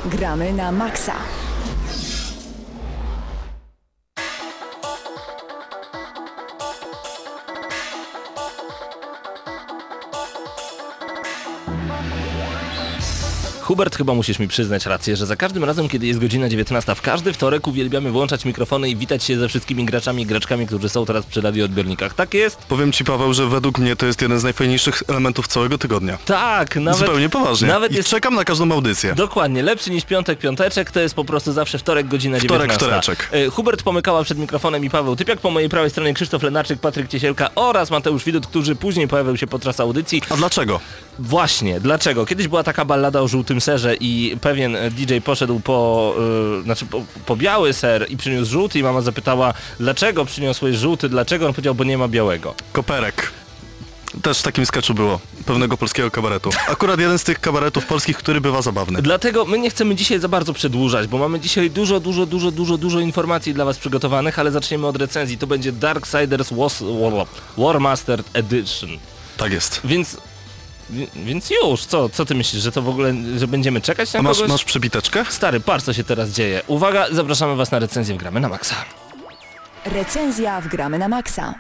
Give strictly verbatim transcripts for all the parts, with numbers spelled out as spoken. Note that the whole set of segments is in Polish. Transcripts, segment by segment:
Gramy na maksa. Hubert, chyba musisz mi przyznać rację, że za każdym razem, kiedy jest godzina dziewiętnasta, w każdy wtorek uwielbiamy włączać mikrofony i witać się ze wszystkimi graczami i graczkami, którzy są teraz przy radioodbiornikach. Tak jest? Powiem ci, Paweł, że według mnie to jest jeden z najfajniejszych elementów całego tygodnia. Tak, nawet... Zupełnie poważnie. Nawet I jest... czekam na każdą audycję. Dokładnie, lepszy niż piątek, piąteczek, to jest po prostu zawsze wtorek, godzina Wtorek, dziewiętnasta. wtoreczek. Hubert Pomykała przed mikrofonem i Paweł Typiak, po mojej prawej stronie Krzysztof Lenarczyk, Patryk Ciesielka oraz Mateusz Widut, którzy później pojawią się podczas audycji. A dlaczego? Właśnie, dlaczego? Kiedyś była taka ballada o żółtym serze i pewien D J poszedł po, yy, znaczy po, po biały ser i przyniósł żółty i mama zapytała, dlaczego przyniosłeś żółty, dlaczego? On powiedział, bo nie ma białego. Koperek. Też w takim sketchu było, pewnego polskiego kabaretu. Akurat jeden z tych kabaretów polskich, który bywa zabawny. Dlatego my nie chcemy dzisiaj za bardzo przedłużać, bo mamy dzisiaj dużo, dużo, dużo, dużo, dużo informacji dla was przygotowanych, ale zaczniemy od recenzji. To będzie Darksiders Was, War, War Mastered Edition. Tak jest. Więc... Więc już, co, co ty myślisz, że to w ogóle, że będziemy czekać na A masz, kogoś? masz przybiteczkę? Stary, patrz co się teraz dzieje. Uwaga, zapraszamy was na recenzję w Gramy na Maxa. Recenzja w Gramy na maksa.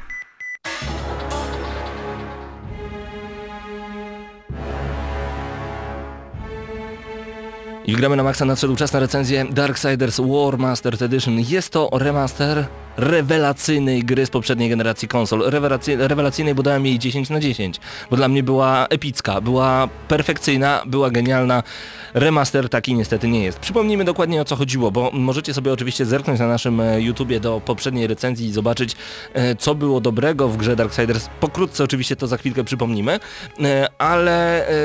I w Gramy na Maxa nadszedł czas na recenzję Darksiders War Mastered Edition. Jest to remaster rewelacyjnej gry z poprzedniej generacji konsol. Rewelacy- rewelacyjnej, bo dałem jej dziesięć na dziesięć, bo dla mnie była epicka, była perfekcyjna, była genialna. Remaster taki niestety nie jest. Przypomnijmy dokładnie o co chodziło, bo możecie sobie oczywiście zerknąć na naszym YouTubie do poprzedniej recenzji i zobaczyć e, co było dobrego w grze Darksiders. Pokrótce oczywiście to za chwilkę przypomnimy, e, ale e,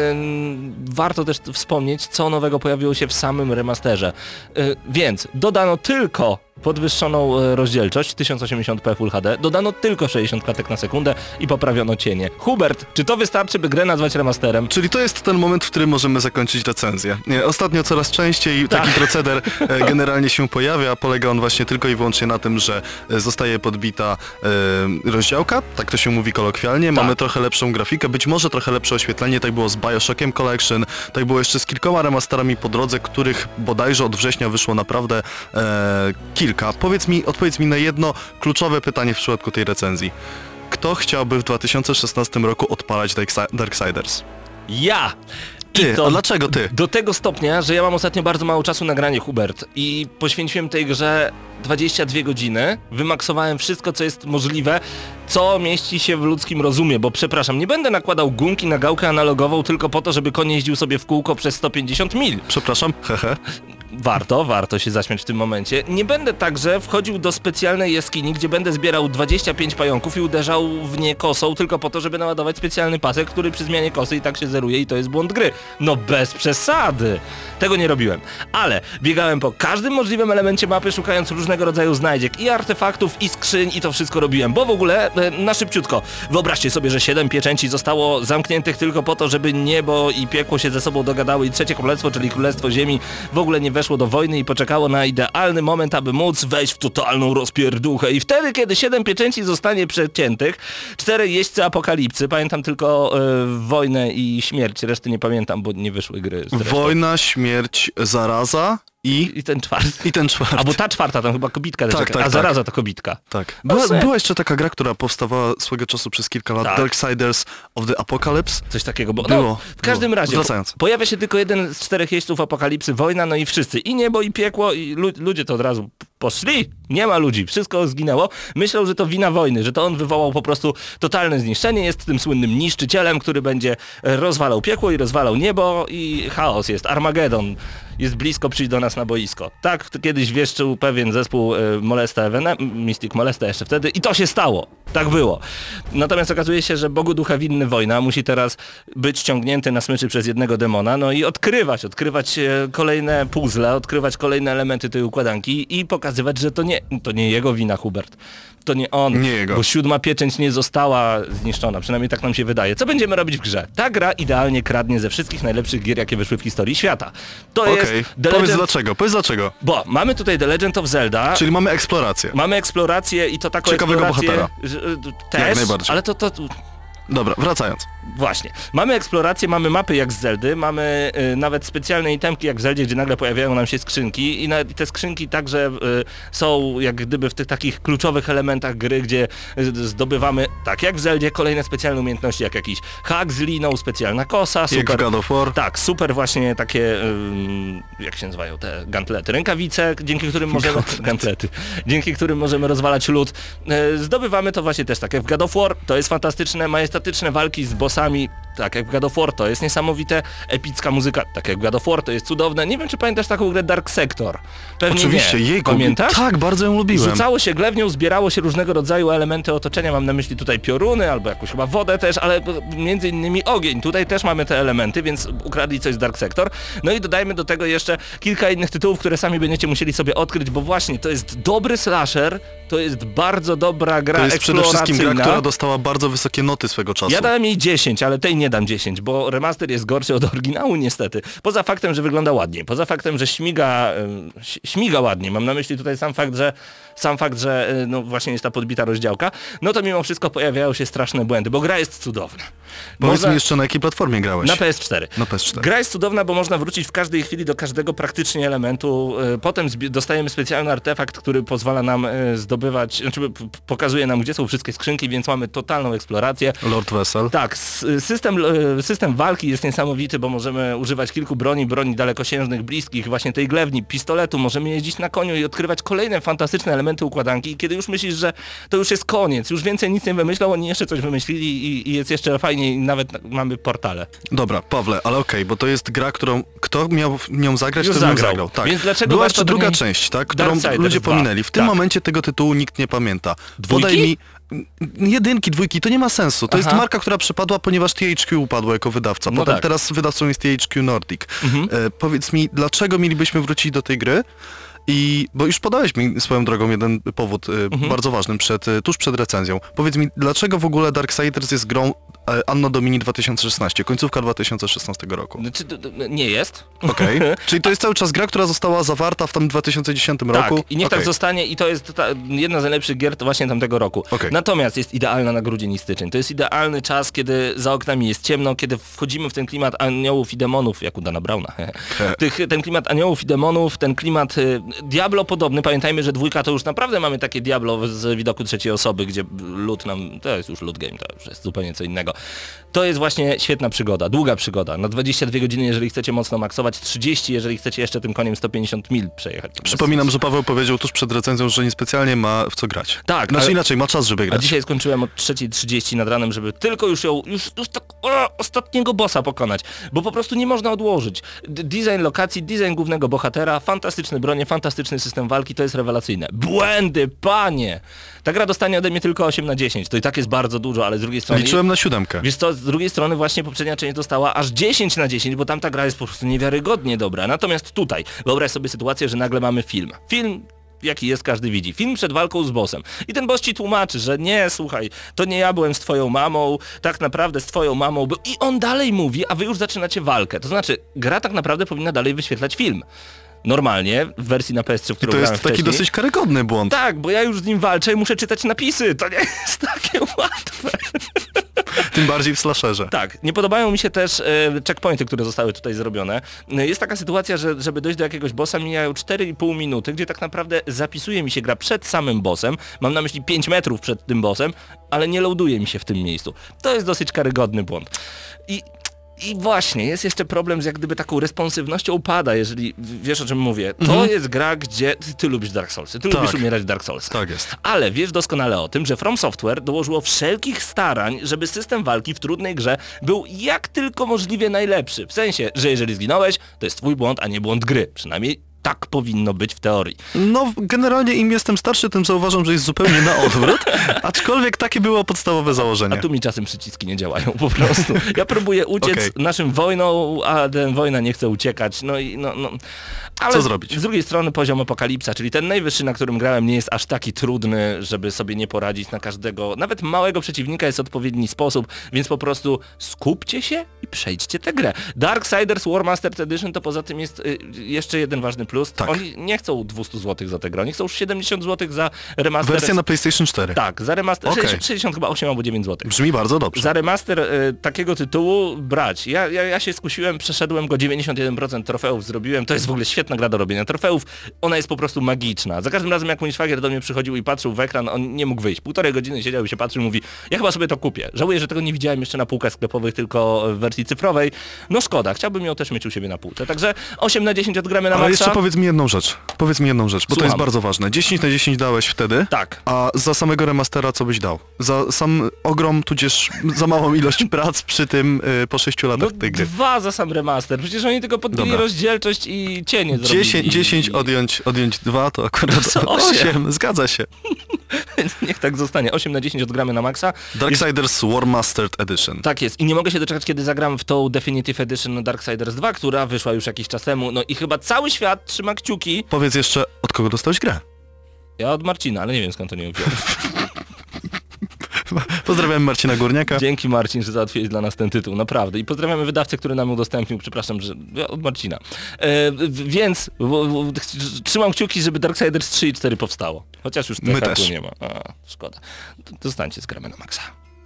warto też wspomnieć co nowego pojawiło się w samym remasterze. E, więc dodano tylko podwyższoną rozdzielczość tysiąc osiemdziesiąt p Full H D, dodano tylko sześćdziesiąt klatek na sekundę i poprawiono cienie. Hubert, czy to wystarczy, by grę nazwać remasterem? Czyli to jest ten moment, w którym możemy zakończyć recenzję. Nie, ostatnio coraz częściej taki Tak. proceder e, generalnie się pojawia. Polega on właśnie tylko i wyłącznie na tym, że e, zostaje podbita e, rozdziałka, tak to się mówi kolokwialnie. Tak. Mamy trochę lepszą grafikę, być może trochę lepsze oświetlenie. Tak było z Bioshockiem Collection, tak było jeszcze z kilkoma remasterami po drodze, których bodajże od września wyszło naprawdę e, kilka. Powiedz mi, odpowiedz mi na jedno kluczowe pytanie w przypadku tej recenzji. Kto chciałby w dwa tysiące szesnastym roku odpalać Darksiders? Ja! Ty, I to a dlaczego ty? Do tego stopnia, że ja mam ostatnio bardzo mało czasu na granie, Hubert, i poświęciłem tej grze dwadzieścia dwie godziny, wymaksowałem wszystko, co jest możliwe, co mieści się w ludzkim rozumie, bo przepraszam, nie będę nakładał gumki na gałkę analogową tylko po to, żeby koń jeździł sobie w kółko przez sto pięćdziesiąt mil. Przepraszam, hehe. Warto, warto się zaśmiać w tym momencie. Nie będę także wchodził do specjalnej jaskini, gdzie będę zbierał dwadzieścia pięć pająków i uderzał w nie kosą tylko po to, żeby naładować specjalny pasek, który przy zmianie kosy i tak się zeruje i to jest błąd gry. No bez przesady. Tego nie robiłem. Ale biegałem po każdym możliwym elemencie mapy, szukając różnego rodzaju znajdziek i artefaktów, i skrzyń i to wszystko robiłem, bo w ogóle e, na szybciutko. Wyobraźcie sobie, że siedem pieczęci zostało zamkniętych tylko po to, żeby niebo i piekło się ze sobą dogadały i trzecie królestwo, czyli królestwo ziemi, w ogóle nie weszło do wojny i poczekało na idealny moment, aby móc wejść w totalną rozpierduchę. I wtedy, kiedy siedem pieczęci zostanie przeciętych, cztery jeźdźcy apokalipsy, pamiętam tylko e, wojnę i śmierć, reszty nie pamiętam, bo nie wyszły gry. Zresztą. Wojna, śmierć, zaraza i... I ten czwarty. I ten czwarty. Albo ta czwarta, tam chyba kobitka też, Tak, jaka- tak, a tak. zaraza to kobitka. Tak. No Była, se- była jeszcze taka gra, która powstawała swego czasu przez kilka lat. Tak. Darksiders of the Apocalypse. Coś takiego, bo Było, no, w każdym było. razie Wracając. po, pojawia się tylko jeden z czterech jeźdźców apokalipsy, wojna, no i wszyscy, i niebo, i piekło, i lu- ludzie to od razu poszli, nie ma ludzi, wszystko zginęło. Myślał, że to wina wojny, że to on wywołał po prostu totalne zniszczenie, jest tym słynnym niszczycielem, który będzie rozwalał piekło i rozwalał niebo i chaos jest, Armagedon. Jest blisko, przyjdź do nas na boisko. Tak kiedyś wieszczył pewien zespół y, Molesta Evene, Mystic Molesta jeszcze wtedy i to się stało. Tak było. Natomiast okazuje się, że Bogu ducha winny wojna musi teraz być ściągnięty na smyczy przez jednego demona, no i odkrywać, odkrywać e, kolejne puzzle, odkrywać kolejne elementy tej układanki i pokazywać, że to nie, to nie jego wina, Hubert. To nie on, Nie jego. bo siódma pieczęć nie została zniszczona, przynajmniej tak nam się wydaje. Co będziemy robić w grze? Ta gra idealnie kradnie ze wszystkich najlepszych gier, jakie wyszły w historii świata. To Okej, jest The powiedz Legend... dlaczego, powiedz dlaczego. Bo mamy tutaj The Legend of Zelda, Czyli mamy eksplorację. mamy eksplorację i to taką Ciekawego eksplorację... bohatera. że- y, Też, Jak najbardziej. ale to... to Dobra, wracając. Właśnie. Mamy eksplorację, mamy mapy jak z Zeldy, mamy y, nawet specjalne itemki jak w Zeldzie, gdzie nagle pojawiają nam się skrzynki i na, te skrzynki także y, są jak gdyby w tych takich kluczowych elementach gry, gdzie y, zdobywamy, tak jak w Zeldzie, kolejne specjalne umiejętności, jak jakiś hak z liną, specjalna kosa, super. Jak w God of War. Tak, super właśnie takie, y, jak się nazywają te gantlety, rękawice, dzięki którym możemy... gantlety. Dzięki którym możemy rozwalać lód. Y, zdobywamy to właśnie też tak jak w God of War, to jest fantastyczne, majestatyczne walki z bossami, tak jak w God of War, to jest niesamowite, epicka muzyka, tak jak w God of War, to jest cudowne. Nie wiem, czy pamiętasz taką grę Dark Sector? Pewnie Oczywiście, nie. jejku, Pamiętasz? tak, bardzo ją lubiłem. Rzucało się glewnią, zbierało się różnego rodzaju elementy otoczenia, mam na myśli tutaj pioruny, albo jakąś chyba wodę też, ale między innymi ogień. Tutaj też mamy te elementy, więc ukradli coś z Dark Sector. No i dodajmy do tego jeszcze kilka innych tytułów, które sami będziecie musieli sobie odkryć, bo właśnie to jest dobry slasher, to jest bardzo dobra gra To jest przede wszystkim gra, eksploracyjna. która dostała bardzo wysokie noty swego czasu. Ja dałem jej dziesięć, ale tej nie dam dziesięć, bo remaster jest gorszy od oryginału niestety. Poza faktem, że wygląda ładniej, poza faktem, że śmiga, ś- śmiga ładnie, mam na myśli tutaj sam fakt, że sam fakt, że no właśnie jest ta podbita rozdziałka, no to mimo wszystko pojawiają się straszne błędy, bo gra jest cudowna. Powiedz Można- mi jeszcze, na jakiej platformie grałeś? Na P S cztery. Na P S cztery. Gra jest cudowna, bo można wrócić w każdej chwili do każdego praktycznie elementu. Y, Potem zbi- dostajemy specjalny artefakt, który pozwala nam y, zdobywać, znaczy p- p- pokazuje nam, gdzie są wszystkie skrzynki, więc mamy totalną eksplorację. Lord Vessel. Tak, s- system, y, system walki jest niesamowity, bo możemy używać kilku broni, broni dalekosiężnych, bliskich, właśnie tej glewni, pistoletu, możemy jeździć na koniu i odkrywać kolejne fantastyczne elementy układanki i kiedy już myślisz, że to już jest koniec, już więcej nic nie wymyślał, oni jeszcze coś wymyślili i, i jest jeszcze fajniej, nawet mamy portale. Dobra, Pawle, ale okej, bo to jest gra, którą kto miał w nią zagrać, Już to bym zagrał. zagrał. Tak. Więc dlaczego Była warto jeszcze do druga niej- część, tak, którą Darksiders ludzie dwa. pominęli. W tym Tak. momencie tego tytułu nikt nie pamięta. Dwójki? Podaj mi n- jedynki, dwójki, to nie ma sensu. To Aha. jest marka, która przepadła, ponieważ T H Q upadło jako wydawca. No Potem tak. teraz wydawcą jest T H Q Nordic. E, powiedz mi, dlaczego mielibyśmy wrócić do tej gry? I, bo już podałeś mi swoją drogą jeden powód e, bardzo ważny przed, e, tuż przed recenzją. Powiedz mi, dlaczego w ogóle Darksiders jest grą e, Anno Domini dwa tysiące szesnaście, końcówka dwa tysiące szesnastego roku? Znaczy, d- d- nie jest. Okej. Czyli to jest cały czas gra, która została zawarta w tam dwa tysiące dziesiątym Tak, roku? i niech tak Okej. zostanie i to jest ta, jedna z najlepszych gier to właśnie tamtego roku. Okej. Natomiast jest idealna na grudzień i styczeń. To jest idealny czas, kiedy za oknami jest ciemno, kiedy wchodzimy w ten klimat aniołów i demonów, jak u Dana Brauna. Tych, ten klimat aniołów i demonów, ten klimat y, Diablo podobny. Pamiętajmy, że dwójka to już naprawdę mamy takie Diablo z widoku trzeciej osoby, gdzie lód nam, to jest już loot game, to już jest zupełnie co innego. To jest właśnie świetna przygoda, długa przygoda. Na dwadzieścia dwie godziny, jeżeli chcecie mocno maksować, trzydzieści, jeżeli chcecie jeszcze tym koniem sto pięćdziesiąt mil przejechać. Przypominam, że Paweł powiedział tuż przed recenzją, że niespecjalnie ma w co grać. Tak, Znaczy ale- inaczej, ma czas, żeby A grać. dzisiaj skończyłem od trzeciej trzydzieści nad ranem, żeby tylko już ją, już, już tak o, ostatniego bossa pokonać, bo po prostu nie można odłożyć. D- design lokacji, design głównego bohatera, fantastyczne bronie, fantastyczny system walki, to jest rewelacyjne. Błędy, panie! Ta gra dostanie ode mnie tylko osiem na dziesięć, to i tak jest bardzo dużo, ale z drugiej strony... Liczyłem na siódemkę. Wiesz co, z drugiej strony właśnie poprzednia część dostała aż dziesięć na dziesięć, bo tamta gra jest po prostu niewiarygodnie dobra. Natomiast tutaj, wyobraź sobie sytuację, że nagle mamy film. Film jaki jest, każdy widzi. Film przed walką z bossem. I ten boss ci tłumaczy, że nie, słuchaj, to nie ja byłem z twoją mamą, tak naprawdę z twoją mamą był... I on dalej mówi, a wy już zaczynacie walkę. To znaczy, gra tak naprawdę powinna dalej wyświetlać film. Normalnie, w wersji na P S trzy, w I którą to jest grałem taki wcześniej. dosyć karygodny błąd. Tak, bo ja już z nim walczę i muszę czytać napisy. To nie jest takie łatwe. Tym bardziej w slasherze. Tak, nie podobają mi się też e, checkpointy, które zostały tutaj zrobione. E, Jest taka sytuacja, że żeby dojść do jakiegoś bossa mijają cztery i pół minuty, gdzie tak naprawdę zapisuje mi się gra przed samym bossem, mam na myśli pięć metrów przed tym bossem, ale nie loaduje mi się w tym miejscu. To jest dosyć karygodny błąd. I I właśnie, jest jeszcze problem z jak gdyby taką responsywnością upada, jeżeli w- wiesz o czym mówię. To Mhm. jest gra, gdzie ty, ty lubisz Dark Soulsy, ty Tak. lubisz umierać w Dark Soulsach. Tak jest. Ale wiesz doskonale o tym, że From Software dołożyło wszelkich starań, żeby system walki w trudnej grze był jak tylko możliwie najlepszy. W sensie, że jeżeli zginąłeś, to jest twój błąd, a nie błąd gry. Przynajmniej tak powinno być w teorii. No, generalnie im jestem starszy, tym zauważam, że jest zupełnie na odwrót, aczkolwiek takie było podstawowe założenie. A tu mi czasem przyciski nie działają po prostu. Ja próbuję uciec Okej. naszym wojną, a ten wojna nie chce uciekać. No i no, no. Ale Co zrobić? Z drugiej strony poziom apokalipsa, czyli ten najwyższy, na którym grałem, nie jest aż taki trudny, żeby sobie nie poradzić na każdego, nawet małego przeciwnika jest odpowiedni sposób, więc po prostu skupcie się i przejdźcie tę grę. Darksiders War Mastered Edition to poza tym jest y, jeszcze jeden ważny plus. Plus, Tak. oni nie chcą dwieście złotych za tę grę, oni chcą siedemdziesiąt złotych za remaster. Wersja na PlayStation cztery. Tak, za remaster, Okej. sześćdziesiąt, sześćdziesiąt chyba osiem albo dziewięć złotych. Brzmi bardzo dobrze. Za remaster y, takiego tytułu brać. Ja, ja, ja się skusiłem, przeszedłem go, dziewięćdziesiąt jeden procent trofeów zrobiłem, to jest w ogóle świetna gra do robienia trofeów, ona jest po prostu magiczna. Za każdym razem jak mój szwagier do mnie przychodził i patrzył w ekran, on nie mógł wyjść. Półtorej godziny siedział i się patrzył i mówi, ja chyba sobie to kupię. Żałuję, że tego nie widziałem jeszcze na półkach sklepowych, tylko w wersji cyfrowej. No szkoda, chciałbym ją też mieć u siebie na półce. Także osiem na dziesięć odgramy na Ale maksa. jeszcze powiedz mi jedną rzecz. Powiedz mi jedną rzecz, bo to Słucham. jest bardzo ważne. dziesięć na dziesięć dałeś wtedy, Tak. a za samego remastera co byś dał? Za sam ogrom, tudzież za małą ilość prac przy tym y, po sześciu latach No tej gry. dwa za sam remaster. Przecież oni tylko podbili Dobra. rozdzielczość i cienie zrobili. dziesięć, dziesięć I- odjąć, odjąć dwa to akurat To osiem. osiem. Zgadza się. Niech tak zostanie. osiem na dziesięć odgramy na maksa. Darksiders War Mastered Edition. Tak jest. I nie mogę się doczekać, kiedy zagram w tą Definitive Edition Darksiders dwa, która wyszła już jakiś czas temu. No i chyba cały świat trzyma kciuki. Powiedz jeszcze, od kogo dostałeś grę? Ja od Marcina, ale nie wiem skąd to nie wziąłem. Pozdrawiam Marcina Górniaka. Dzięki Marcin, że załatwiłeś dla nas ten tytuł, naprawdę. I pozdrawiamy wydawcę, który nam udostępnił, przepraszam, że ja od Marcina. E, w- więc w, w, ch- trzymam kciuki, żeby Darksiders trzy i cztery powstało. Chociaż już My tego też. nie ma. A, szkoda. D- Zostańcie z gramy na maksa.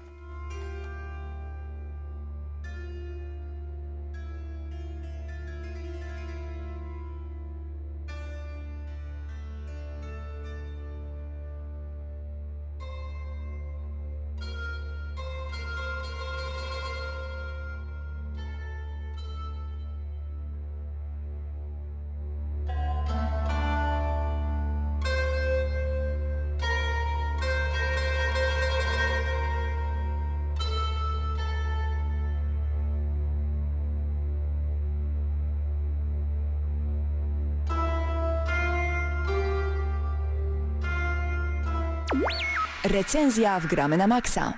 Recenzja w gramy na maksa.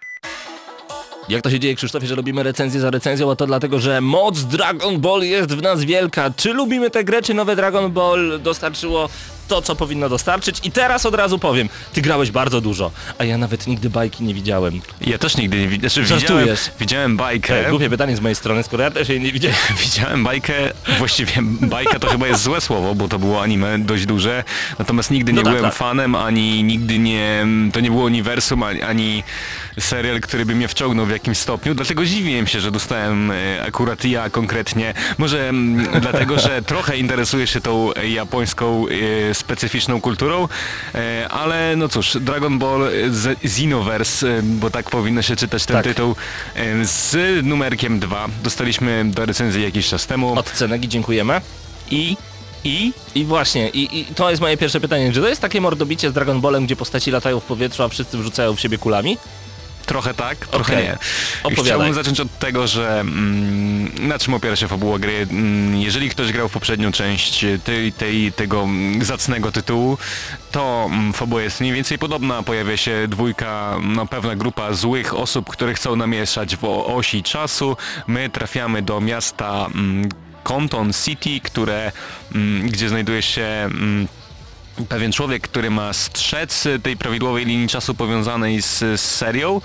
Jak to się dzieje, Krzysztofie, że robimy recenzję za recenzją? A to dlatego, że moc Dragon Ball jest w nas wielka. Czy lubimy tę grę, czy nowe Dragon Ball dostarczyło to, co powinno dostarczyć? I teraz od razu powiem, ty grałeś bardzo dużo, a ja nawet nigdy bajki nie widziałem. Ja też nigdy nie widziałem, znaczy widziałem, Żartujesz. widziałem bajkę, Ej, głupie pytanie z mojej strony, skoro ja też jej nie widziałem. widziałem bajkę, właściwie bajka to chyba jest złe słowo, bo to było anime dość duże, natomiast nigdy nie No tak, byłem tak. fanem, ani nigdy nie, to nie było uniwersum, ani, ani serial, który by mnie wciągnął w jakimś stopniu, dlatego dziwiłem się, że dostałem e, akurat ja konkretnie, może mm, dlatego, że trochę interesuję się tą e, japońską e, specyficzną kulturą, e, ale no cóż, Dragon Ball Z- Xenoverse, e, bo tak powinno się czytać ten Tak. tytuł, e, z numerkiem dwa. Dostaliśmy do recenzji jakiś czas temu Od Cenegi dziękujemy. i i I właśnie, i, i to jest moje pierwsze pytanie. Czy to jest takie mordobicie z Dragon Ballem, gdzie postaci latają w powietrzu, a wszyscy wrzucają w siebie kulami? trochę tak, trochę Okej. nie. Opowiadaj. Chciałbym zacząć od tego, że mm, na czym opiera się fabuła gry. Mm, jeżeli ktoś grał w poprzednią część tej, tej, tego mm, zacnego tytułu, to mm, fabuła jest mniej więcej podobna. Pojawia się dwójka, no, pewna grupa złych osób, które chcą namieszać w o- osi czasu. My trafiamy do miasta mm, Compton City, które, mm, gdzie znajduje się mm, pewien człowiek, który ma strzec tej prawidłowej linii czasu powiązanej z, z serią.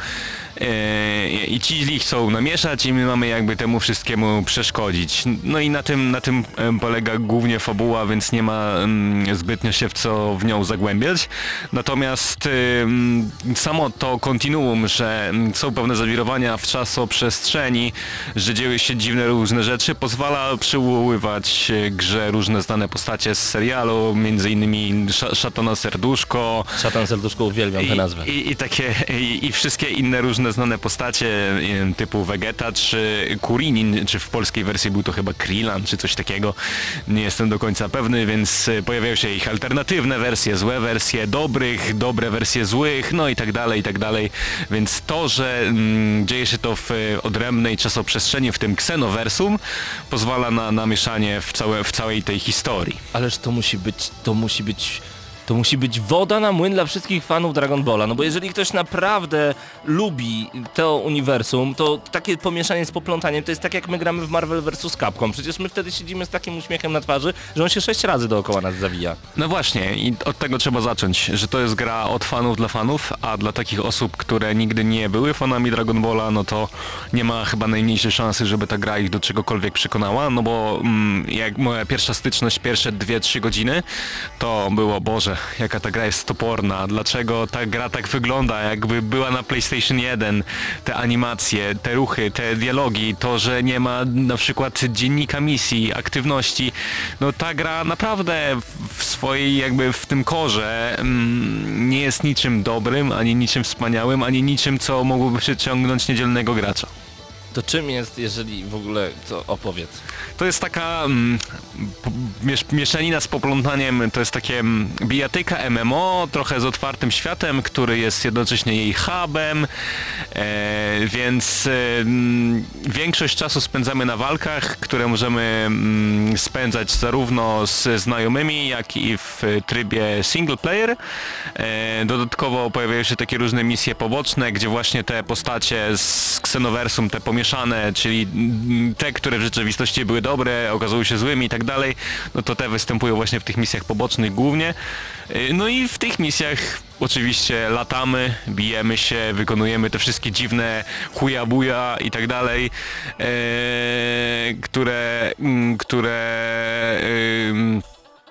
Yy, i ci źli chcą namieszać i my mamy jakby temu wszystkiemu przeszkodzić. No i na tym, na tym em, polega głównie fabuła, więc nie ma em, zbytnio się w co w nią zagłębiać. Natomiast em, samo to kontinuum, że em, są pewne zawirowania w czasoprzestrzeni, że dzieją się dziwne różne rzeczy, pozwala przywoływać e, grze różne znane postacie z serialu, między innymi Sz- Szatana Serduszko, Szatan serduszko, uwielbiam tę nazwę. i, i, i takie i, i wszystkie inne różne znane postacie y, typu Vegeta czy Kurinin, czy w polskiej wersji był to chyba Krillan czy coś takiego. Nie jestem do końca pewny, więc y, pojawiają się ich alternatywne wersje, złe wersje dobrych, dobre wersje złych, no i tak dalej, i tak dalej. Więc to, że mm, dzieje się to w y, odrębnej czasoprzestrzeni, w tym Xenoversum, pozwala na namieszanie w, całe, w całej tej historii. Ależ to musi być, to musi być To musi być woda na młyn dla wszystkich fanów Dragon Balla, no bo jeżeli ktoś naprawdę lubi to uniwersum, to takie pomieszanie z poplątaniem to jest tak jak my gramy w Marvel versus. Capcom. Przecież my wtedy siedzimy z takim uśmiechem na twarzy, że on się sześć razy dookoła nas zawija. No właśnie i od tego trzeba zacząć, że to jest gra od fanów dla fanów, a dla takich osób, które nigdy nie były fanami Dragon Balla, no to nie ma chyba najmniejszej szansy, żeby ta gra ich do czegokolwiek przekonała, no bo mm, jak moja pierwsza styczność, pierwsze dwie trzy godziny, to było, Boże, jaka ta gra jest toporna, dlaczego ta gra tak wygląda, jakby była na PlayStation jeden, te animacje, te ruchy, te dialogi, to, że nie ma na przykład dziennika misji, aktywności, no ta gra naprawdę w swojej jakby w tym korze mm, nie jest niczym dobrym, ani niczym wspaniałym, ani niczym, co mogłoby przyciągnąć niedzielnego gracza. To czym jest, jeżeli w ogóle, to opowiedz. To jest taka mm, p- miesz, mieszanina z poplątaniem, to jest takie mm, bijatyka M M O, trochę z otwartym światem, który jest jednocześnie jej hubem, e, więc e, m, większość czasu spędzamy na walkach, które możemy mm, spędzać zarówno z znajomymi, jak i w trybie single player. E, dodatkowo pojawiają się takie różne misje poboczne, gdzie właśnie te postacie z Xenoversum, te pomieszane, czyli mm, te, które w rzeczywistości były dobre, okazują się złymi i tak dalej, no to te występują właśnie w tych misjach pobocznych głównie. Y, No i w tych misjach oczywiście latamy, bijemy się, wykonujemy te wszystkie dziwne chuja buja i tak dalej, e, które, mm, które ym,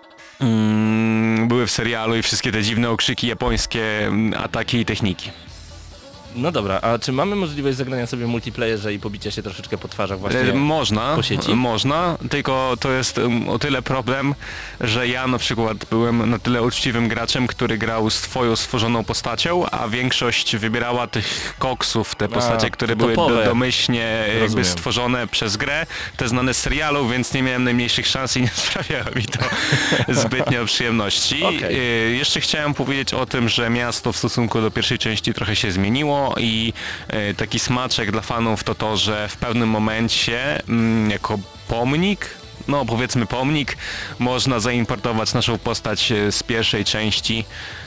mm, były w serialu i wszystkie te dziwne okrzyki japońskie, mm, ataki i techniki. No dobra, a czy mamy możliwość zagrania sobie w multiplayerze i pobicia się troszeczkę po twarzach właśnie E, Można, po sieci? można, tylko to jest um, o tyle problem, że ja na przykład byłem na tyle uczciwym graczem, który grał z twoją stworzoną postacią, a większość wybierała tych koksów, te postacie, które były topowe. do, domyślnie jakby Rozumiem. stworzone przez grę, te znane z serialu, więc nie miałem najmniejszych szans i nie sprawiało mi to zbytnio przyjemności. Okej. E, Jeszcze chciałem powiedzieć o tym, że miasto w stosunku do pierwszej części trochę się zmieniło i e, taki smaczek dla fanów to to, że w pewnym momencie mm, jako pomnik, no powiedzmy pomnik, można zaimportować naszą postać e, z pierwszej części.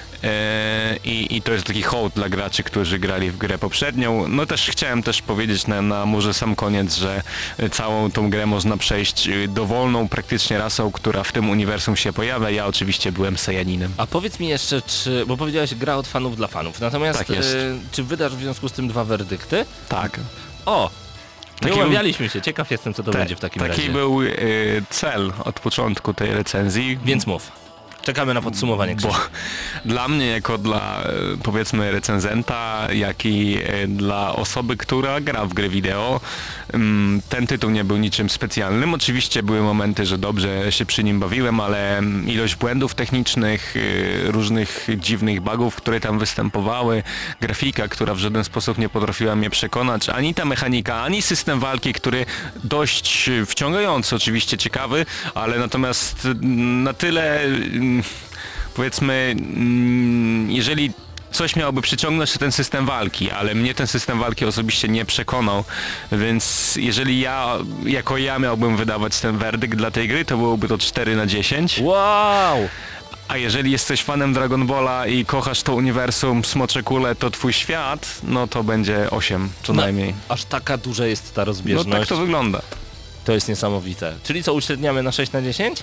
E, I, I to jest taki hołd dla graczy, którzy grali w grę poprzednią. No też chciałem też powiedzieć na, na może sam koniec, że całą tą grę można przejść e, dowolną praktycznie rasą, która w tym uniwersum się pojawia. Ja oczywiście byłem Sajaninem. A powiedz mi jeszcze, czy, bo powiedziałeś gra od fanów dla fanów, natomiast Tak jest. y, czy wydasz w związku z tym dwa werdykty? Tak. O! Nie Taki był- umawialiśmy się, ciekaw jestem co to Te- będzie w takim Taki razie. był e, cel od początku tej recenzji. Więc mów. Czekamy na podsumowanie, Bo Krzysiu. dla mnie jako dla e, powiedzmy recenzenta, jak i e, dla osoby, która gra w gry wideo, mm, ten tytuł nie był niczym specjalnym. Oczywiście były momenty, że dobrze się przy nim bawiłem, ale mm, ilość błędów technicznych, e, różnych dziwnych bugów, które tam występowały, grafika, która w żaden sposób nie potrafiła mnie przekonać, ani ta mechanika, ani system walki, który dość wciągający, oczywiście ciekawy, ale natomiast mm, na tyle mm, powiedzmy, mm, jeżeli coś miałoby przyciągnąć, to ten system walki, ale mnie ten system walki osobiście nie przekonał, więc jeżeli ja, jako ja miałbym wydawać ten werdykt dla tej gry, to byłoby to cztery na dziesięć, Wow! a jeżeli jesteś fanem Dragon Balla i kochasz to uniwersum, Smocze Kule to twój świat, no to będzie osiem co No, najmniej. aż taka duża jest ta No rozbieżność. tak to wygląda. To jest niesamowite. Czyli co, uśredniamy na sześć na dziesięć?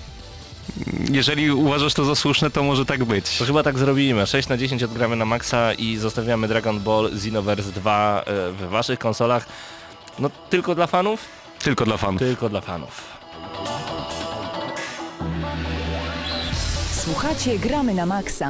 Jeżeli uważasz to za słuszne, to może tak być. To chyba tak zrobimy. sześć na dziesięć odgramy na maksa i zostawiamy Dragon Ball Xenoverse dwa e, w waszych konsolach. No tylko dla fanów? Tylko dla fanów. Tylko dla fanów. Słuchacie Gramy na Maxa.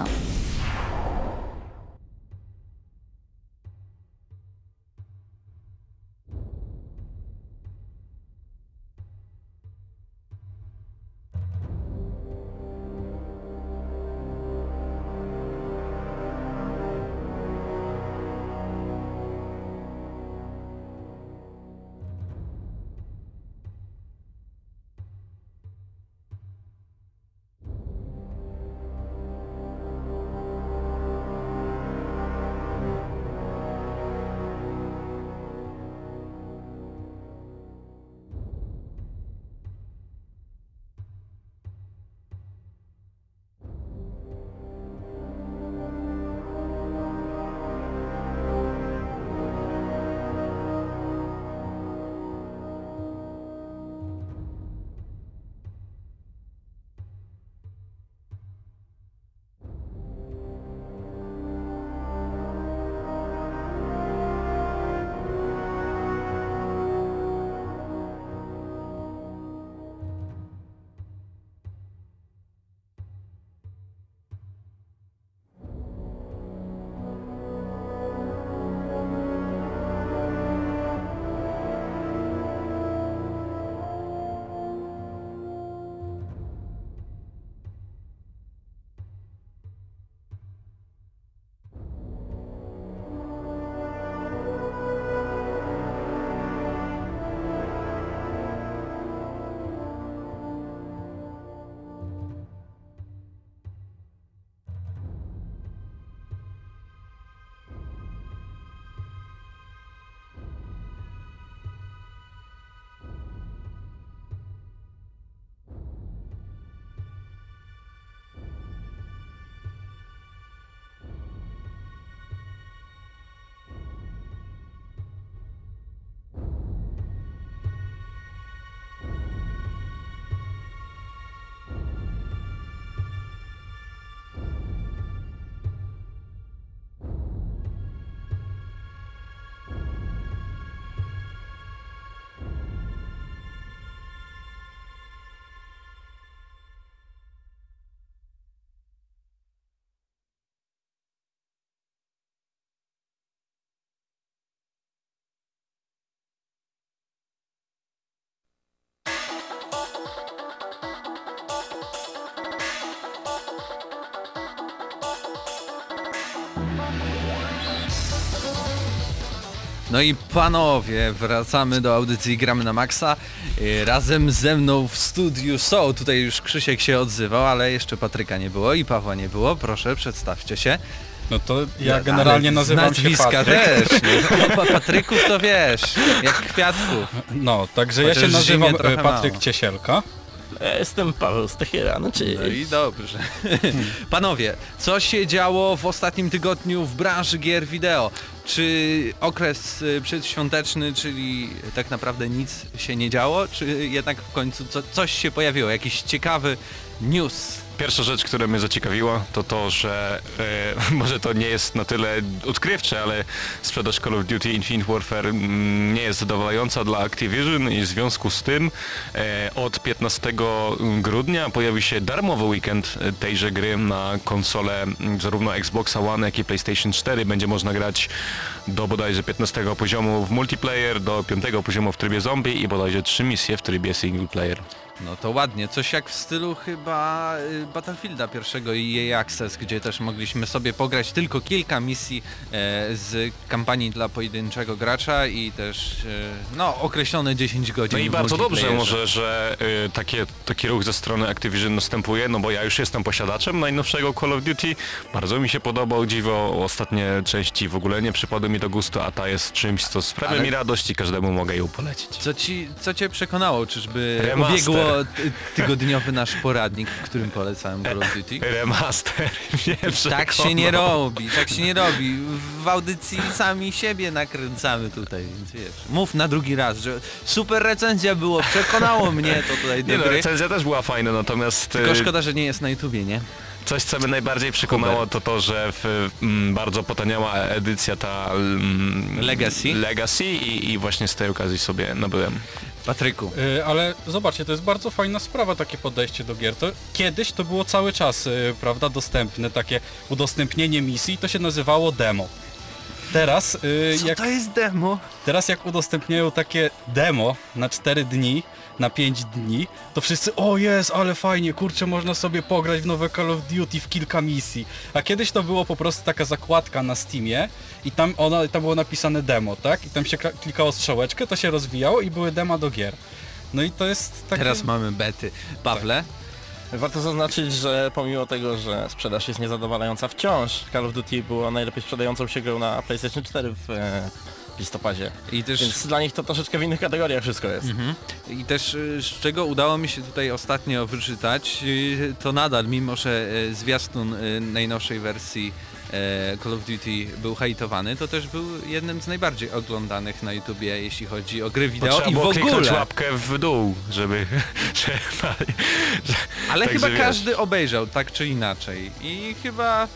No i panowie, wracamy do audycji Gramy na Maxa. Yy, Razem ze mną w studiu są, tutaj już Krzysiek się odzywał, ale jeszcze Patryka nie było i Pawła nie było. Proszę, przedstawcie się. No to ja generalnie Ale nazywam z się nazwiska Patryk. też. No, Patryków to wiesz, jak kwiatków. No, także ja Chociaż się w nazywam zimie trochę e, Patryk mało. Ciesielka. Ja jestem Paweł Stachyra, no czy... No i dobrze. Panowie, co się działo w ostatnim tygodniu w branży gier wideo? Czy okres y, przedświąteczny, czyli tak naprawdę nic się nie działo, czy jednak w końcu co, coś się pojawiło, jakiś ciekawy news? Pierwsza rzecz, która mnie zaciekawiła, to to, że e, może to nie jest na tyle odkrywcze, ale sprzedaż Call of Duty Infinite Warfare mm, nie jest zadowalająca dla Activision i w związku z tym e, od piętnastego grudnia pojawi się darmowy weekend tejże gry na konsolę m, zarówno Xboxa One, jak i PlayStation cztery. Będzie można grać do bodajże piętnastego poziomu w multiplayer, do piątego poziomu w trybie zombie i bodajże trzy misje w trybie single player. No to ładnie, coś jak w stylu chyba y, Battlefielda pierwszego i E A Access, gdzie też mogliśmy sobie pograć tylko kilka misji e, z kampanii dla pojedynczego gracza i też e, no określone dziesięć godzin No i w bardzo dobrze multiplayerze. może, że y, takie, taki ruch ze strony Activision następuje, no bo ja już jestem posiadaczem najnowszego Call of Duty. Bardzo mi się podobał, dziwo, ostatnie części w ogóle nie przypadły mi do gustu, a ta jest czymś, co sprawia Ale- mi radość i każdemu mogę ją polecić. Co ci, co cię przekonało? Czyżby Remaster. ubiegło ty, tygodniowy nasz poradnik, w którym polecałem Call of Duty? Remaster mnie Tak się przekonał. nie robi, tak się nie robi. W audycji sami siebie nakręcamy tutaj, więc wiesz. Mów na drugi raz, że super recenzja było, przekonało mnie to tutaj Nie do no, gry. recenzja też była fajna, natomiast Tylko y, szkoda, że nie jest na YouTubie, nie? coś, co mnie najbardziej przekonało, to to, że w, mm, bardzo potaniała edycja ta mm, Legacy? Legacy i, i właśnie z tej okazji sobie nabyłem. Patryku. Y, ale zobaczcie, to jest bardzo fajna sprawa, takie podejście do gier. To kiedyś to było cały czas, y, prawda, dostępne, takie udostępnienie misji, to się nazywało demo. Teraz, y, Co jak, to jest demo? teraz jak udostępniają takie demo na cztery dni, na pięć dni, to wszyscy, o jest, ale fajnie, kurczę, można sobie pograć w nowe Call of Duty w kilka misji. A kiedyś to było po prostu taka zakładka na Steamie i tam ona, tam było napisane demo, tak? I tam się kla- klikało strzałeczkę, to się rozwijało i były dema do gier. No i to jest takie... Teraz mamy bety. Pawle? Warto zaznaczyć, że pomimo tego, że sprzedaż jest niezadowalająca wciąż, Call of Duty było najlepiej sprzedającą się grą na PlayStation cztery w e, listopadzie. I też... Więc dla nich to troszeczkę w innych kategoriach wszystko jest. Mhm. I też y, z czego udało mi się tutaj ostatnio wyczytać, y, to nadal, mimo że y, zwiastun y, najnowszej wersji y, Call of Duty był hejtowany, to też był jednym z najbardziej oglądanych na YouTubie, jeśli chodzi o gry Bo wideo trzeba i w było kliknąć ogóle. łapkę w dół, żeby... żeby że, Ale także chyba wiesz. każdy obejrzał, tak czy inaczej. I chyba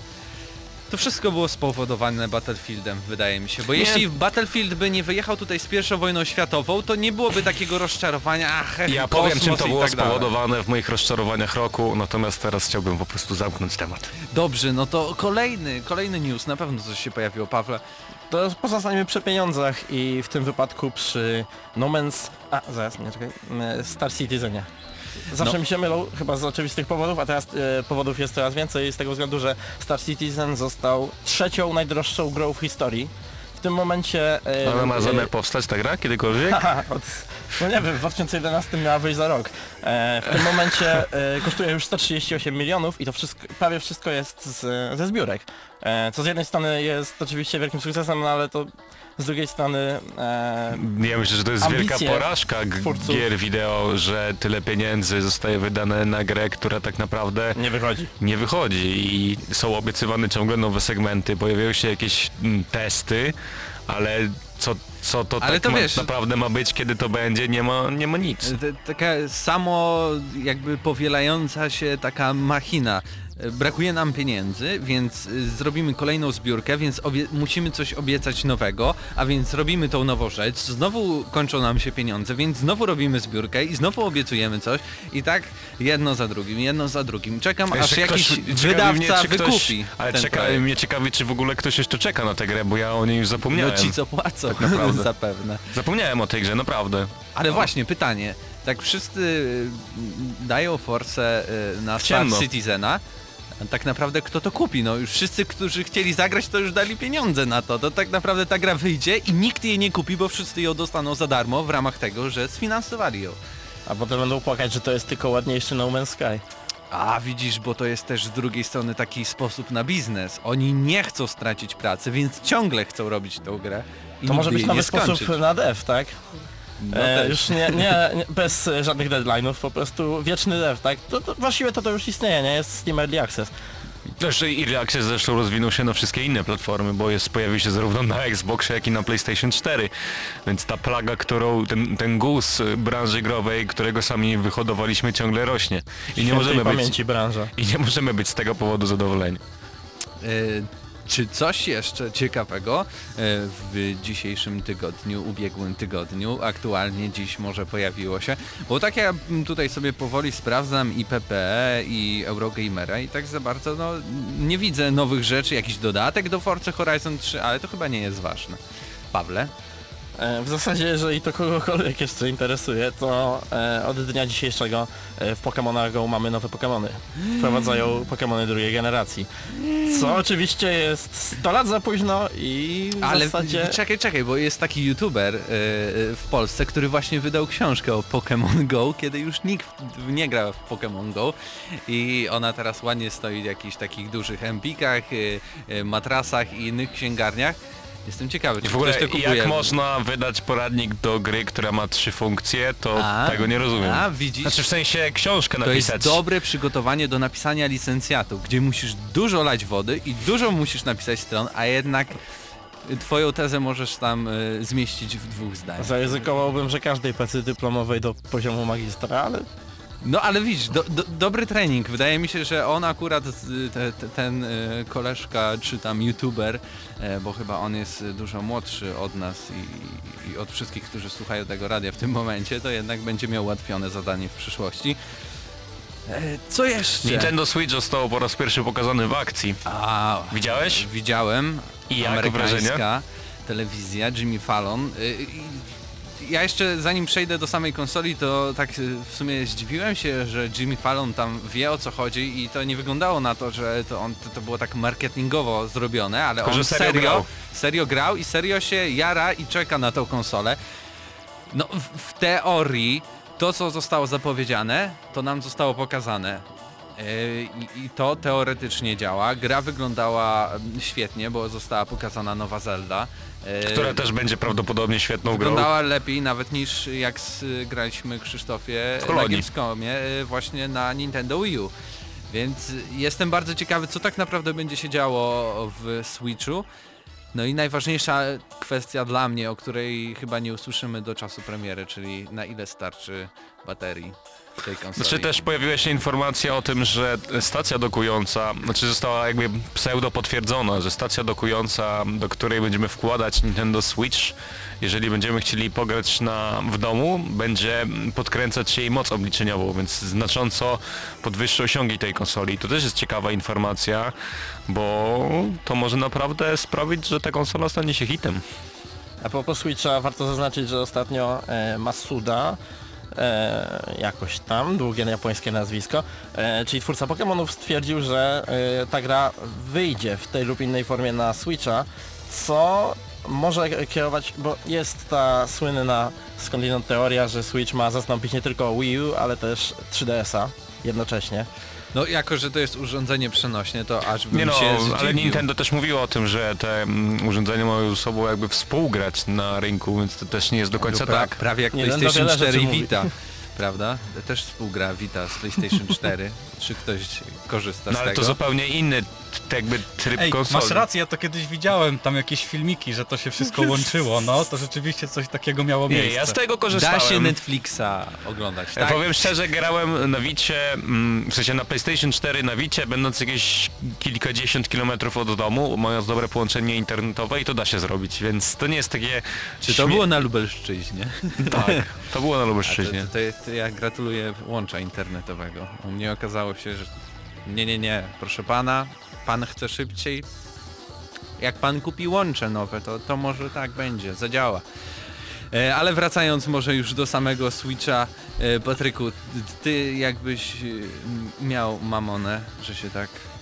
to wszystko było spowodowane Battlefieldem, wydaje mi się. Bo Nie. jeśli Battlefield by nie wyjechał tutaj z pierwszą wojną światową, to nie byłoby takiego rozczarowania, ach, Ja kosmos powiem, czym to i było tak dalej. spowodowane w moich rozczarowaniach roku, natomiast teraz chciałbym po prostu zamknąć temat. Dobrze, no to kolejny, kolejny news, na pewno coś się pojawiło, Pawle. To pozostańmy przy pieniądzach i w tym wypadku przy No Man's... A, zaraz, nie, czekaj. e, Star Citizenie. Zawsze No. mi się mylą, chyba z oczywistych powodów, a teraz e, powodów jest coraz więcej z tego względu, że Star Citizen został trzecią najdroższą grą w historii. W tym momencie... E, Ale ma e, zamiar powstać ta gra kiedykolwiek? Haha, od, no nie wiem, w dwa tysiące jedenastym miała wyjść za rok. E, w tym momencie e, kosztuje już sto trzydzieści osiem milionów i to wszystko, prawie wszystko jest z, ze zbiórek. E, co z jednej strony jest oczywiście wielkim sukcesem, no ale to z drugiej strony... E, Ja myślę, że to jest ambicje wielka porażka g- twórców. gier wideo, że tyle pieniędzy zostaje wydane na grę, która tak naprawdę nie wychodzi. nie wychodzi i są obiecywane ciągle nowe segmenty, pojawiają się jakieś mm, testy, ale co, co to Ale tak to ma, wiesz- naprawdę ma być, kiedy to będzie, nie ma, nie ma nic. T- Taka samo jakby powielająca się taka machina. E, Brakuje nam pieniędzy, więc y, zrobimy kolejną zbiórkę, więc obie- musimy coś obiecać nowego, a więc robimy tą nową rzecz, znowu kończą nam się pieniądze, więc znowu robimy zbiórkę i znowu obiecujemy coś i tak jedno za drugim, jedno za drugim. Czekam, aż Jeszcze jakiś ktoś- ciekawi wydawca mnie, czy ktoś- wykupi Ale ten czeka, projekt. mnie ciekawi, czy w ogóle ktoś jeszcze czeka na tę grę, bo ja o niej już No zapomniałem. ci co płacą, Tak naprawdę. zapewne. Zapomniałem o tej grze, naprawdę. Ale właśnie, pytanie. Tak wszyscy y, dają forsę y, na W Star ciemno. Citizena, A tak naprawdę kto to kupi? No już wszyscy, którzy chcieli zagrać, to już dali pieniądze na to. To tak naprawdę ta gra wyjdzie i nikt jej nie kupi, bo wszyscy ją dostaną za darmo w ramach tego, że sfinansowali ją. A potem będą płakać, że to jest tylko ładniejszy No Man's Sky. A widzisz, bo to jest też z drugiej strony taki sposób na biznes. Oni nie chcą stracić pracy, więc ciągle chcą robić tą grę. I To może nigdy być jej nowy nie sposób skończyć. na dev, tak? No E, też. już nie, nie, nie, bez e, żadnych deadline'ów, po prostu wieczny dev, tak? To, to właściwie to, to już istnieje, nie? Jest Steam Early Access. Też Early Access zresztą rozwinął się na wszystkie inne platformy, bo jest, pojawił się zarówno na Xboxie, jak i na PlayStation cztery. Więc ta plaga, którą, ten, ten guz branży growej, którego sami wyhodowaliśmy, ciągle rośnie. I nie, możemy być, pamięci branża. I nie możemy być z tego powodu zadowoleni. E, Czy coś jeszcze ciekawego e, w dzisiejszym tygodniu, ubiegłym tygodniu, aktualnie dziś może pojawiło się? Bo tak ja tutaj sobie powoli sprawdzam i P P E, i Eurogamera i tak za bardzo no, nie widzę nowych rzeczy, jakiś dodatek do Forza Horizon trzy, ale to chyba nie jest ważne. Pawle? E, w zasadzie, jeżeli to kogokolwiek jeszcze interesuje, to e, od dnia dzisiejszego e, w Pokémonach Go mamy nowe Pokémony. Wprowadzają Pokémony drugiej generacji. Co oczywiście jest sto lat za późno i w Ale zasadzie... czekaj, czekaj, bo jest taki youtuber yy, w Polsce, który właśnie wydał książkę o Pokémon Go, kiedy już nikt nie gra w Pokémon Go i ona teraz ładnie stoi w jakichś takich dużych empikach, yy, yy, matrasach i innych księgarniach. Jestem ciekawy, czy I w ogóle ktoś to kupuje. jak można wydać poradnik do gry, która ma trzy funkcje, to A, tego nie rozumiem. A, widzisz? Znaczy w sensie książkę To napisać. jest dobre przygotowanie do napisania licencjatu, gdzie musisz dużo lać wody i dużo musisz napisać stron, a jednak twoją tezę możesz tam y, zmieścić w dwóch zdaniach. Zaryzykowałbym, że każdej pracy dyplomowej do poziomu magistra, ale No ale widzisz, do, do, dobry trening. Wydaje mi się, że on akurat, y, te, te, ten y, koleżka, czy tam youtuber, y, bo chyba on jest y, dużo młodszy od nas i, i od wszystkich, którzy słuchają tego radia w tym momencie, to jednak będzie miał ułatwione zadanie w przyszłości. E, co jeszcze? Nintendo Switch został po raz pierwszy pokazany w akcji. A, Widziałeś? Widziałem. I jak Amerykańska wrażenia? telewizja, Jimmy Fallon. Y, y, Ja jeszcze zanim przejdę do samej konsoli, to tak y, w sumie zdziwiłem się, że Jimmy Fallon tam wie, o co chodzi i to nie wyglądało na to, że to, on, to, to było tak marketingowo zrobione, ale Tylko, on że serio serio, grał. serio grał i serio się jara i czeka na tą konsolę. No w, w teorii to, co zostało zapowiedziane, to nam zostało pokazane. Yy, I, I to teoretycznie działa. Gra wyglądała mm, świetnie, bo została pokazana nowa Zelda. Yy, Która też będzie prawdopodobnie świetną grą. Wyglądała lepiej nawet niż jak z, graliśmy, Krzysztofie, W na Kolonii. Gamescomie yy, właśnie na Nintendo Wii U. Więc jestem bardzo ciekawy, co tak naprawdę będzie się działo w Switchu. No i najważniejsza kwestia dla mnie, o której chyba nie usłyszymy do czasu premiery, czyli na ile starczy baterii tej konsoli. Znaczy też pojawiła się informacja o tym, że stacja dokująca, znaczy została jakby pseudo potwierdzona, że stacja dokująca, do której będziemy wkładać Nintendo Switch, jeżeli będziemy chcieli pograć na, w domu, będzie podkręcać jej moc obliczeniową, więc znacząco podwyższy osiągi tej konsoli. To też jest ciekawa informacja, bo to może naprawdę sprawić, że ta konsola stanie się hitem. a propos Switcha warto zaznaczyć, że ostatnio e, Masuda E, jakoś tam, długie japońskie nazwisko, e, czyli twórca Pokémonów stwierdził, że e, ta gra wyjdzie w tej lub innej formie na Switcha, co może kierować, bo jest ta słynna skądinąd teoria, że Switch ma zastąpić nie tylko Wii U, ale też trzy D S a jednocześnie. No jako, że to jest urządzenie przenośne, to aż bym Nie no, się zdziwił. ale Nintendo też mówiło o tym, że te mm, urządzenia mają ze sobą jakby współgrać na rynku, więc to też nie jest do końca pra, tak. Prawie jak Nie, no, PlayStation wiele cztery rzeczy i mówi. Vita, prawda? Też współgra Vita z PlayStation cztery. Czy ktoś korzysta No z ale tego? to zupełnie inny t- jakby tryb Ej, konsoli. masz rację, ja to kiedyś widziałem, tam jakieś filmiki, że to się wszystko łączyło, no to rzeczywiście coś takiego miało Nie, miejsce. ja z tego Da korzystałem. się Netflixa oglądać, Ja tak? powiem szczerze, grałem na Wicie, mm, w sensie na PlayStation cztery na Wicie, będąc jakieś kilkadziesiąt kilometrów od domu, mając dobre połączenie internetowe i to da się zrobić, więc to nie jest takie... Czy to śmie- było na Lubelszczyźnie? Tak, to było na A to, Lubelszczyźnie. to, to, to ja gratuluję łącza internetowego. U mnie okazało się, że nie, nie, nie, proszę pana, pan chce szybciej. Jak pan kupi łącze nowe, to, to może tak będzie, zadziała. E, ale wracając może już do samego Switcha, e, Patryku, ty jakbyś e, miał mamonę, że się tak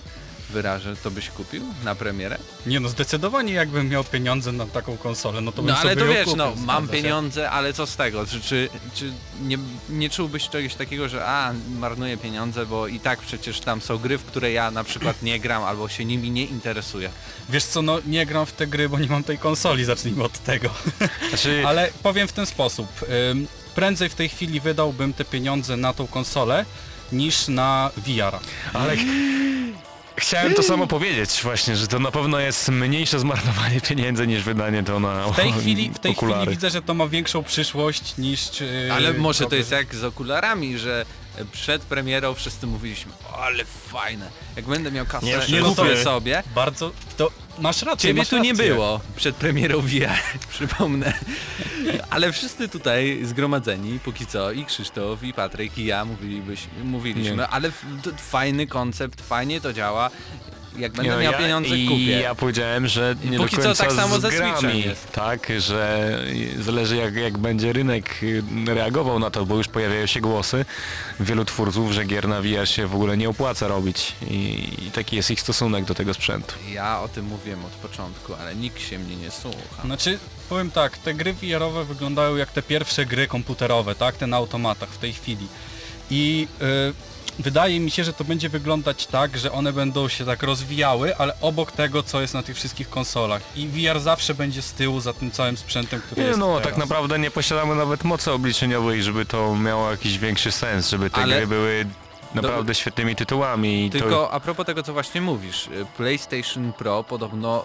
wyrażę, to byś kupił na premierę? Nie no, zdecydowanie jakbym miał pieniądze na taką konsolę, no to bym No ale sobie to ją wiesz, kupił, no mam zgadza się. pieniądze, ale co z tego? Czy, czy, czy nie, nie czułbyś czegoś takiego, że a, marnuję pieniądze, bo i tak przecież tam są gry, w które ja na przykład nie gram albo się nimi nie interesuję. Wiesz co, no nie gram w te gry, bo nie mam tej konsoli, zacznijmy od tego. Znaczy, Ale powiem w ten sposób, ym, prędzej w tej chwili wydałbym te pieniądze na tą konsolę niż na V R. ale chciałem to samo powiedzieć właśnie, że to na pewno jest mniejsze zmarnowanie pieniędzy niż wydanie to na W tej chwili, w tej chwili okulary. widzę, że to ma większą przyszłość niż... Yy, Ale może to dobry- jest jak z okularami, że przed premierą wszyscy mówiliśmy, o, ale fajne, jak będę miał kasę, Nie, nie, no to kupię jest- sobie. Bardzo... To masz rację, Ciebie masz tu nie rację. było przed premierą V R, przypomnę. Ale wszyscy tutaj zgromadzeni, póki co, i Krzysztof, i Patryk, i ja mówilibyś, mówiliśmy, Nie. ale f- to fajny koncept, fajnie to działa. Jak będę Nie, no miał ja, pieniądze, i kupię. ja powiedziałem, że nie Póki do co końca tak samo z ze grami, Switchem jest. tak, że zależy jak, jak będzie rynek y, reagował na to, bo już pojawiają się głosy wielu twórców, że gier na V R się w ogóle nie opłaca robić i, i taki jest ich stosunek do tego sprzętu. Ja o tym mówiłem od początku, ale nikt się mnie nie słucha. Znaczy, powiem tak, te gry V R-owe wyglądają jak te pierwsze gry komputerowe, tak? Te na automatach w tej chwili. I y, wydaje mi się, że to będzie wyglądać tak, że one będą się tak rozwijały, ale obok tego, co jest na tych wszystkich konsolach. I V R zawsze będzie z tyłu za tym całym sprzętem, który Nie, jest no teraz. tak naprawdę nie posiadamy nawet mocy obliczeniowej, żeby to miało jakiś większy sens, żeby te Ale- gry były naprawdę świetnymi tytułami. I Tylko to... a propos tego, co właśnie mówisz, y, PlayStation Pro podobno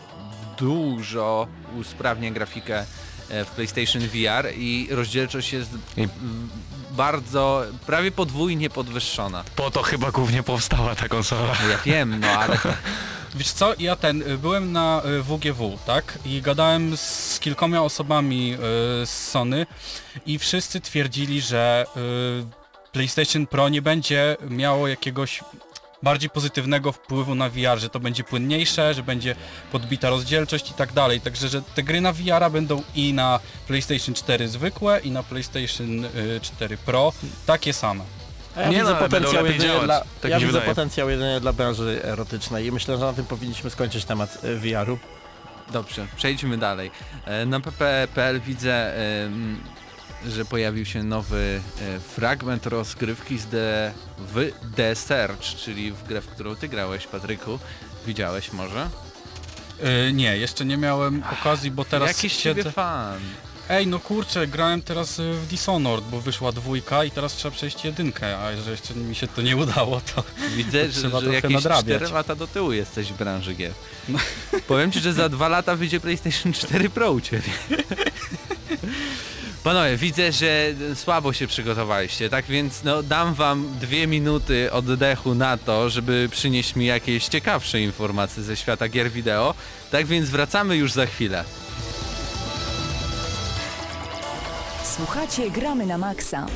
dużo usprawnia grafikę e, w PlayStation V R i rozdzielczość jest I- m, bardzo, prawie podwójnie podwyższona. Po to chyba głównie powstała ta konsola. No ja wiem, no ale Wiesz co, ja ten, y, byłem na y, W G W, tak? I gadałem z kilkoma osobami y, z Sony i wszyscy twierdzili, że y, PlayStation Pro nie będzie miało jakiegoś bardziej pozytywnego wpływu na V R, że to będzie płynniejsze, że będzie podbita rozdzielczość i tak dalej. Także, że te gry na V R będą i na PlayStation cztery zwykłe, i na PlayStation y, cztery Pro takie same. A ja Nie widzę no, ale będą potencjał lepiej jedynie działać. dla, Tak ja mi się widzę wydaje. potencjał jedynie dla branży erotycznej i myślę, że na tym powinniśmy skończyć temat y, V R-u. dobrze, przejdźmy dalej. E, Na p p kropka p l widzę, em, że pojawił się nowy e, fragment rozgrywki z The, w The Search, czyli w grę, w którą ty grałeś, Patryku. Widziałeś może? Y, nie, jeszcze nie miałem okazji, bo teraz Jakiś siedzę... ciebie fan. Ej, no kurczę, grałem teraz y, w Dishonored, bo wyszła dwójka i teraz trzeba przejść jedynkę, a że jeszcze mi się to nie udało, to... Widzę, To że, trzeba że trochę jakieś nadrabiać. cztery lata do tyłu jesteś w branży gier. Powiem ci, że za dwa lata wyjdzie PlayStation cztery Pro u ciebie. Panowie, widzę, że słabo się przygotowaliście, tak więc no dam wam dwie minuty oddechu na to, żeby przynieść mi jakieś ciekawsze informacje ze świata gier wideo. Tak więc wracamy już za chwilę. Słuchacie Gramy na Maxa.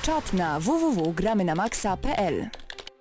Czat na w w w kropka gramy na maxa kropka p l.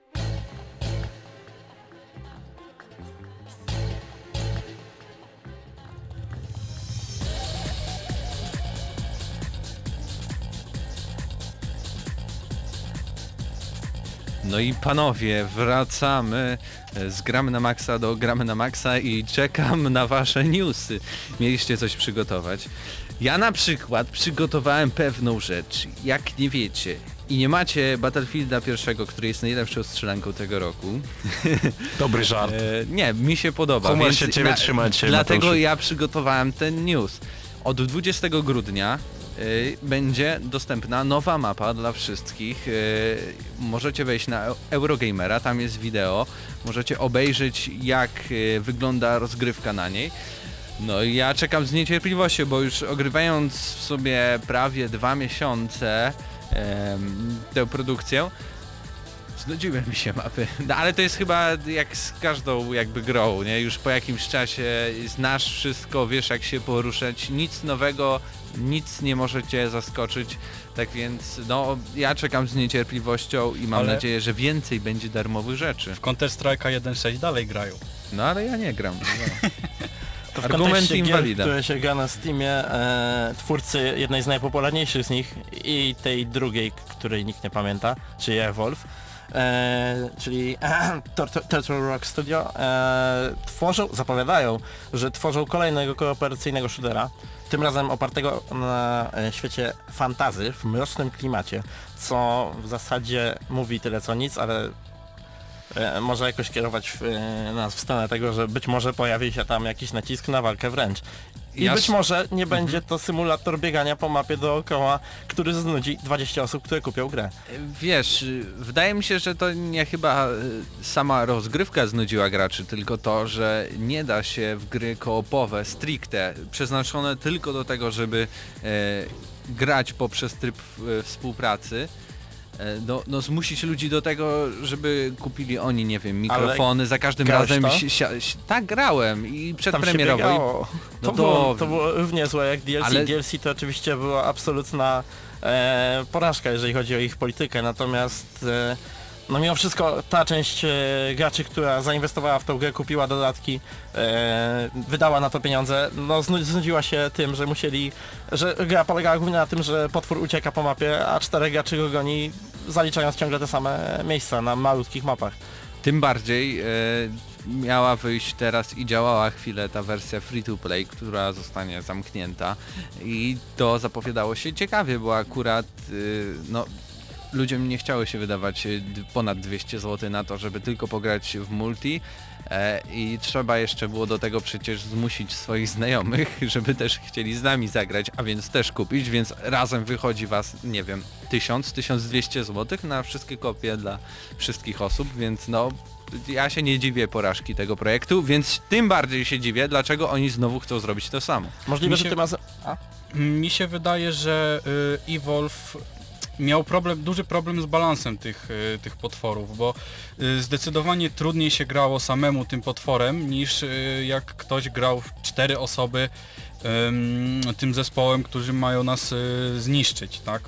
No i panowie, wracamy z Gramy na Maxa do Gramy na Maxa i czekam na wasze newsy. Mieliście coś przygotować? Ja na przykład przygotowałem pewną rzecz. Jak nie wiecie i nie macie Battlefielda pierwszego, który jest najlepszą strzelanką tego roku. Dobry żart. E, nie, mi się podoba. Humor więc się ciebie trzymać, Dlatego Mateuszu. ja przygotowałem ten news. Od dwudziestego grudnia y, będzie dostępna nowa mapa dla wszystkich. Y, możecie wejść na Eurogamera, tam jest wideo. Możecie obejrzeć, jak y, wygląda rozgrywka na niej. No i ja czekam z niecierpliwością, bo już ogrywając sobie prawie dwa miesiące em, tę produkcję, znudziły mi się mapy. No, ale to jest chyba jak z każdą jakby grą, nie? Już po jakimś czasie znasz wszystko, wiesz jak się poruszać, nic nowego, nic nie może cię zaskoczyć. Tak więc no ja czekam z niecierpliwością i mam Ale- nadzieję, że więcej będzie darmowych rzeczy. W Counter Strike'a jeden sześć dalej grają. No ale ja nie gram. No. To w Argument kontekście gier, inwalida. które się gra na Steamie, e, twórcy jednej z najpopularniejszych z nich i tej drugiej, której nikt nie pamięta, czyli Evolve, e, czyli Turtle Rock Studio, e, tworzą, zapowiadają, że tworzą kolejnego kooperacyjnego shootera, tym razem opartego na e, świecie fantasy w mrocznym klimacie, co w zasadzie mówi tyle co nic, ale e, może jakoś kierować w, e, nas w stronę tego, że być może pojawi się tam jakiś nacisk na walkę wręcz. I Ja być s- może nie będzie to symulator biegania po mapie dookoła, który znudzi dwadzieścia osób, które kupią grę. Wiesz, y, wydaje mi się, że to nie chyba y, sama rozgrywka znudziła graczy, tylko to, że nie da się w gry koopowe stricte, przeznaczone tylko do tego, żeby e, grać poprzez tryb e, współpracy, e, no, no zmusić ludzi do tego, żeby kupili oni, nie wiem, mikrofony, za każdym grałeś razem... to? Si- si- si- tak, grałem i przed Tam się premierową. i- biegało. No To, było, to- to było równie złe jak D L C. Ale- D L C to oczywiście była absolutna e, porażka, jeżeli chodzi o ich politykę, natomiast e, no mimo wszystko ta część e, graczy, która zainwestowała w tą grę, kupiła dodatki, e, wydała na to pieniądze, no znu- znudziła się tym, że musieli, że gra polegała głównie na tym, że potwór ucieka po mapie, a czterech graczy go goni, zaliczając ciągle te same miejsca na malutkich mapach. Tym bardziej e, miała wyjść teraz i działała chwilę ta wersja free to play, która zostanie zamknięta i to zapowiadało się ciekawie, bo akurat e, no, ludziom nie chciało się wydawać e, d- ponad dwieście złotych na to, żeby tylko pograć w multi e, i trzeba jeszcze było do tego przecież zmusić swoich znajomych, żeby też chcieli z nami zagrać, a więc też kupić, więc razem wychodzi was, nie wiem, tysiąc, tysiąc dwieście złotych na wszystkie kopie dla wszystkich osób, więc no ja się nie dziwię porażki tego projektu, więc tym bardziej się dziwię, dlaczego oni znowu chcą zrobić to samo. Możliwe, Mi że się- tym razem... A? Mi się wydaje, że y, Evolve miał problem, duży problem z balansem tych, y, tych potworów, bo y, zdecydowanie trudniej się grało samemu tym potworem niż y, jak ktoś grał w cztery osoby ym, tym zespołem, którzy mają nas y, zniszczyć, tak?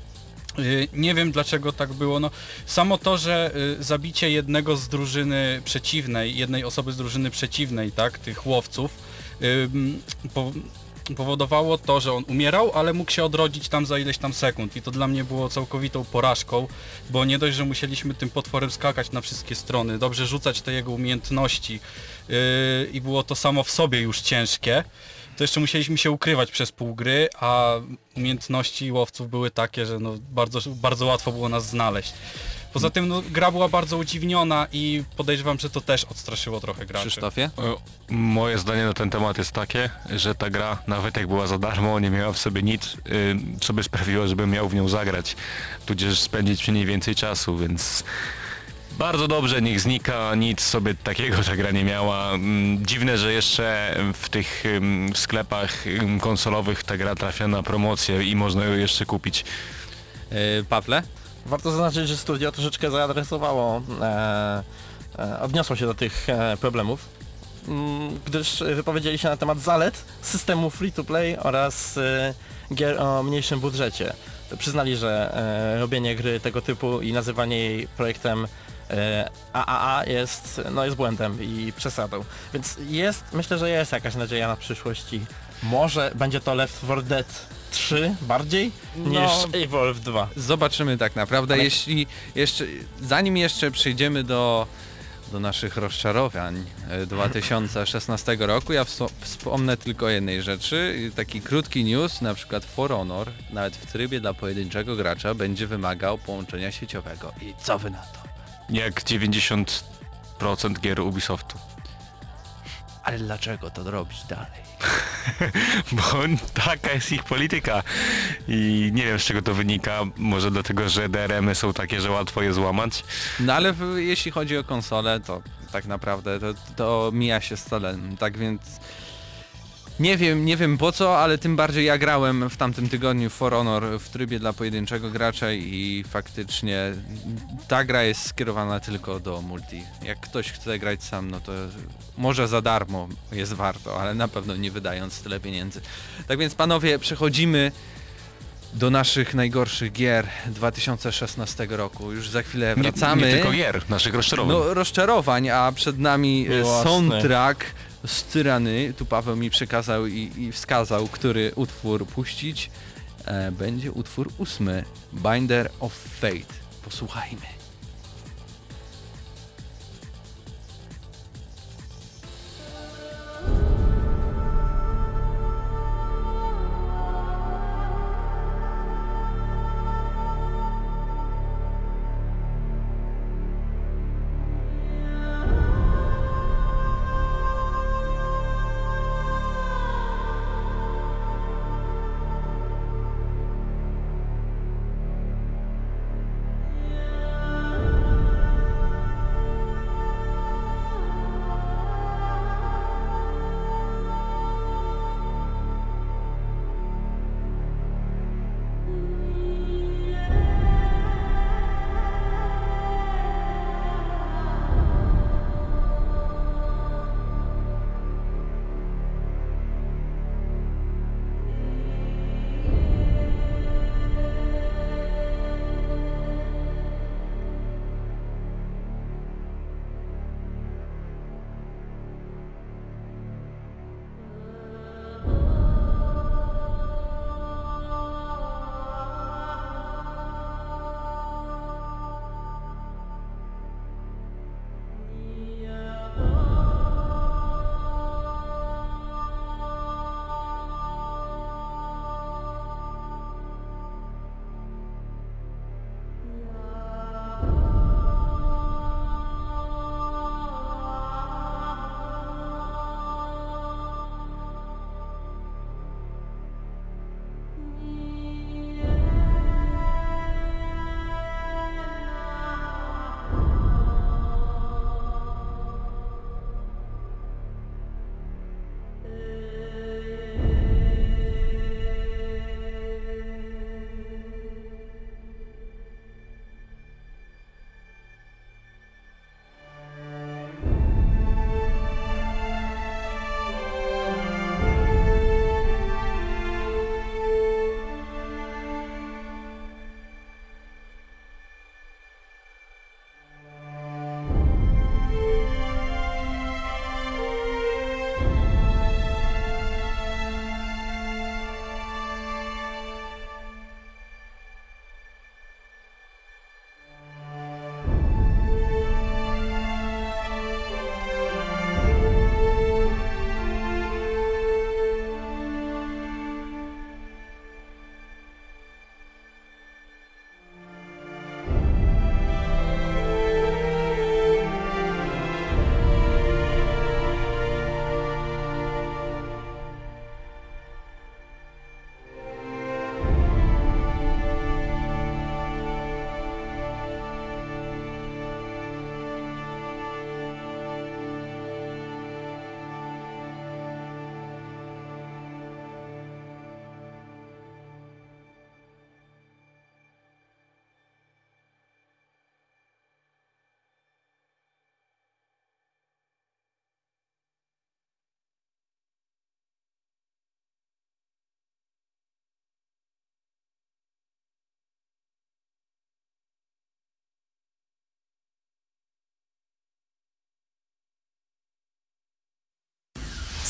Y, Nie wiem dlaczego tak było. No, samo to, że y, zabicie jednego z drużyny przeciwnej, jednej osoby z drużyny przeciwnej, tak, tych łowców, ym, po, powodowało to, że on umierał, ale mógł się odrodzić tam za ileś tam sekund i to dla mnie było całkowitą porażką, bo nie dość, że musieliśmy tym potworem skakać na wszystkie strony, dobrze rzucać te jego umiejętności yy, i było to samo w sobie już ciężkie, to jeszcze musieliśmy się ukrywać przez pół gry, a umiejętności łowców były takie, że no bardzo, bardzo łatwo było nas znaleźć. Poza tym no, gra była bardzo udziwniona i podejrzewam, że to też odstraszyło trochę graczy. Krzysztofie? O, Moje zdanie na ten temat jest takie, że ta gra, nawet jak była za darmo, nie miała w sobie nic, y, co by sprawiło, żebym miał w nią zagrać, tudzież spędzić przy niej więcej czasu, więc bardzo dobrze, niech znika, nic sobie takiego ta gra nie miała. Mm, Dziwne, że jeszcze w tych ym, sklepach ym, konsolowych ta gra trafia na promocję i można ją jeszcze kupić. Yy, Pawle? Warto zaznaczyć, że studio troszeczkę zaadresowało, e, e, odniosło się do tych e, problemów, mm, gdyż wypowiedzieli się na temat zalet systemu free-to-play oraz e, gier o mniejszym budżecie. przyznali, że e, robienie gry tego typu i nazywanie jej projektem e, A A A jest, no, jest błędem i przesadą. Więc jest, myślę, że jest jakaś nadzieja na przyszłość i może będzie to Left four Dead trzy bardziej No, niż Evolve dwa. Zobaczymy tak naprawdę, Ale- jeśli jeszcze, zanim jeszcze przejdziemy do, do naszych rozczarowań e, dwa tysiące szesnastego roku, ja wso- wspomnę tylko o jednej rzeczy, taki krótki news, na przykład For Honor, nawet w trybie dla pojedynczego gracza będzie wymagał połączenia sieciowego. I co wy na to? Jak dziewięćdziesiąt procent gier Ubisoftu. Ale dlaczego to robić dalej? Bo taka jest ich polityka i nie wiem z czego to wynika, może dlatego, że D R M-y są takie, że łatwo je złamać. No ale w, jeśli chodzi o konsolę, to tak naprawdę to, to mija się z celem, tak więc nie wiem, nie wiem po co, ale tym bardziej ja grałem w tamtym tygodniu w For Honor w trybie dla pojedynczego gracza i faktycznie ta gra jest skierowana tylko do multi. Jak ktoś chce grać sam, no to może za darmo jest warto, ale na pewno nie wydając tyle pieniędzy. Tak więc panowie, przechodzimy do naszych najgorszych gier dwa tysiące szesnastego roku. Już za chwilę wracamy. Nie, nie tylko gier, naszych rozczarowań. No rozczarowań, a przed nami e, Miłosny. soundtrack z Tyrany. Tu Paweł mi przekazał i, i wskazał, który utwór puścić. E, będzie utwór ósmy, Binder of Fate. Posłuchajmy.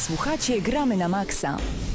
Słuchacie Gramy na Maxa.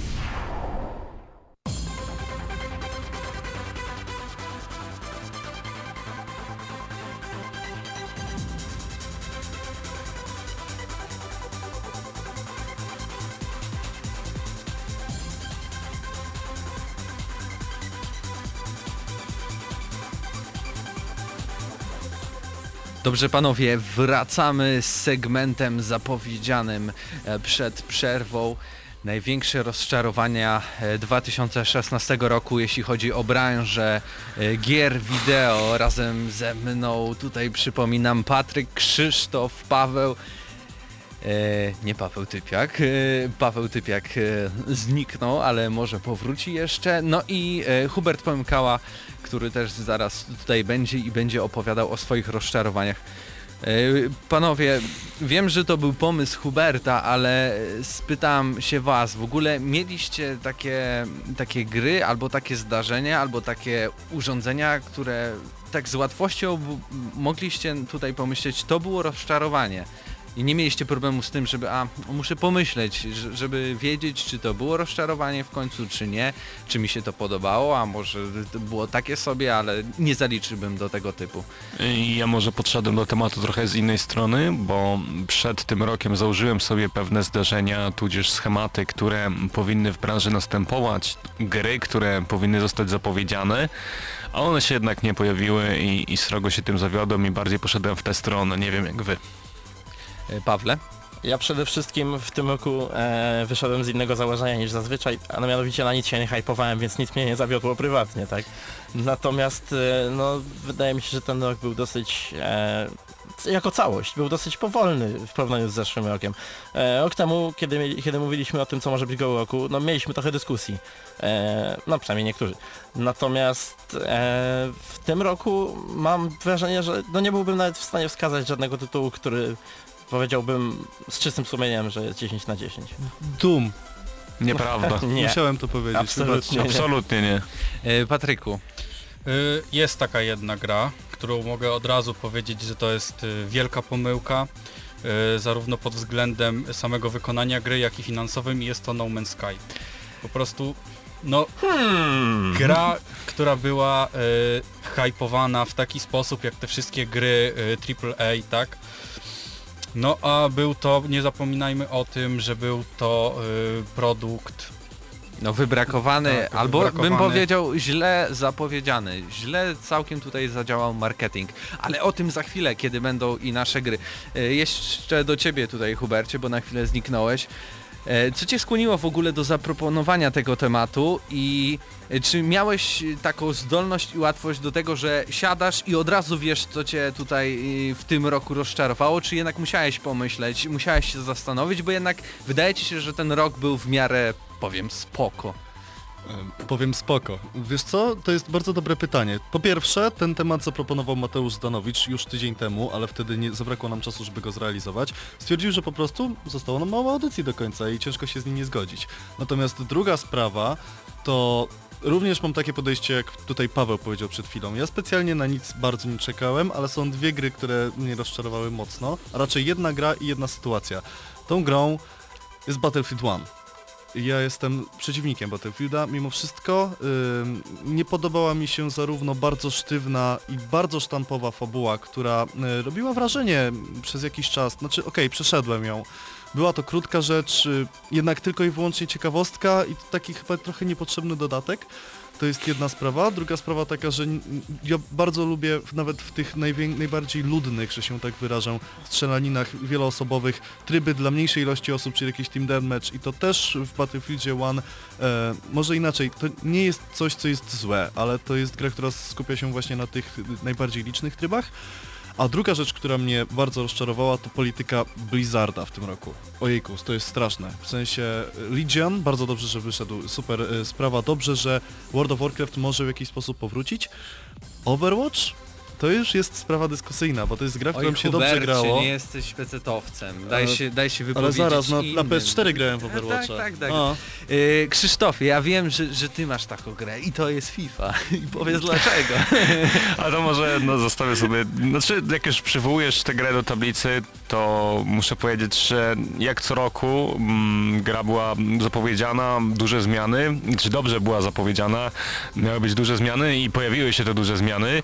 Dobrze panowie, wracamy z segmentem zapowiedzianym przed przerwą. Największe rozczarowania dwa tysiące szesnastego roku, jeśli chodzi o branżę gier wideo. Razem ze mną tutaj przypominam Patryk, Krzysztof, Paweł. E, nie Paweł Typiak. E, Paweł Typiak e, zniknął, ale może powróci jeszcze. No i e, Hubert Pomykała, który też zaraz tutaj będzie i będzie opowiadał o swoich rozczarowaniach. E, panowie, wiem, że to był pomysł Huberta, ale spytam się was, w ogóle mieliście takie, takie gry, albo takie zdarzenia, albo takie urządzenia, które tak z łatwością mogliście tutaj pomyśleć, to było rozczarowanie. I nie mieliście problemu z tym, żeby, a muszę pomyśleć, żeby wiedzieć, czy to było rozczarowanie w końcu, czy nie, czy mi się to podobało, a może to było takie sobie, ale nie zaliczyłbym do tego typu. Ja może podszedłem do tematu trochę z innej strony, bo przed tym rokiem założyłem sobie pewne zdarzenia, tudzież schematy, które powinny w branży następować, gry, które powinny zostać zapowiedziane, a one się jednak nie pojawiły i, i srogo się tym zawiodłem i bardziej poszedłem w tę stronę, nie wiem jak wy. Pawle? Ja przede wszystkim w tym roku e, wyszedłem z innego założenia niż zazwyczaj, a mianowicie na nic się nie hypowałem, więc nic mnie nie zawiodło prywatnie, tak? Natomiast e, no wydaje mi się, że ten rok był dosyć, e, jako całość, był dosyć powolny w porównaniu z zeszłym rokiem. E, rok temu, kiedy, kiedy mówiliśmy o tym, co może być go roku, no mieliśmy trochę dyskusji, e, no przynajmniej niektórzy. Natomiast e, w tym roku mam wrażenie, że no nie byłbym nawet w stanie wskazać żadnego tytułu, który powiedziałbym z czystym sumieniem, że jest dziesięć na dziesięć. Doom. Nieprawda. Nie. Musiałem to powiedzieć. Absolutnie nie. Absolutnie nie. Patryku? Y, Jest taka jedna gra, którą mogę od razu powiedzieć, że to jest y, wielka pomyłka, y, zarówno pod względem samego wykonania gry, jak i finansowym, i jest to No Man's Sky. Po prostu, no, Hmm. gra, która była y, hypowana w taki sposób, jak te wszystkie gry y, triple A, tak? No a był to, nie zapominajmy o tym, że był to y, produkt No wybrakowany, Tak, albo wybrakowany. bym powiedział źle zapowiedziany. Źle całkiem tutaj zadziałał marketing. Ale o tym za chwilę, kiedy będą i nasze gry. E, Jeszcze do ciebie tutaj, Hubercie, bo na chwilę zniknąłeś. E, Co cię skłoniło w ogóle do zaproponowania tego tematu i e, czy miałeś taką zdolność i łatwość do tego, że siadasz i od razu wiesz, co cię tutaj e, w tym roku rozczarowało, czy jednak musiałeś pomyśleć, musiałeś się zastanowić, bo jednak wydaje ci się, że ten rok był w miarę, powiem, spoko. Powiem spoko. Wiesz co? To jest bardzo dobre pytanie. Po pierwsze, ten temat zaproponował Mateusz Zdanowicz już tydzień temu, ale wtedy nie zabrakło nam czasu, żeby go zrealizować. Stwierdził, że po prostu zostało nam mało audycji do końca i ciężko się z nim nie zgodzić. Natomiast druga sprawa to również mam takie podejście, jak tutaj Paweł powiedział przed chwilą. Ja specjalnie na nic bardzo nie czekałem, ale są dwie gry, które mnie rozczarowały mocno, a raczej jedna gra i jedna sytuacja. Tą grą jest Battlefield jeden. Ja jestem przeciwnikiem Battlefielda, mimo wszystko yy, nie podobała mi się zarówno bardzo sztywna i bardzo sztampowa fabuła, która yy, robiła wrażenie przez jakiś czas, znaczy okej, okay, przeszedłem ją. Była to krótka rzecz, yy, jednak tylko i wyłącznie ciekawostka i to taki chyba trochę niepotrzebny dodatek. To jest jedna sprawa. Druga sprawa taka, że ja bardzo lubię nawet w tych najwię- najbardziej ludnych, że się tak wyrażę, strzelaninach wieloosobowych, tryby dla mniejszej ilości osób, czyli jakiś team deathmatch i to też w Battlefieldzie jeden, e, może inaczej, to nie jest coś, co jest złe, ale to jest gra, która skupia się właśnie na tych najbardziej licznych trybach. A druga rzecz, która mnie bardzo rozczarowała, to polityka Blizzarda w tym roku. Ojejkus, to jest straszne. W sensie Legion, bardzo dobrze, że wyszedł, super y, sprawa, dobrze, że World of Warcraft może w jakiś sposób powrócić. Overwatch? To już jest sprawa dyskusyjna, bo to jest gra, w którą Oj, się Hubercie, dobrze grało. nie jesteś pecetowcem. Daj Ale- się, daj się Ale wypowiedzieć zaraz, na, na innym. P S cztery grałem w Overwatcha. Tak, tak, tak. A. Yy, Krzysztofie, ja wiem, że, że ty masz taką grę i to jest FIFA. I powiedz dlaczego. A to może no, zostawię sobie, znaczy jak już przywołujesz tę grę do tablicy, to muszę powiedzieć, że jak co roku mm, gra była zapowiedziana, duże zmiany, czy dobrze była zapowiedziana, miały być duże zmiany i pojawiły się te duże zmiany.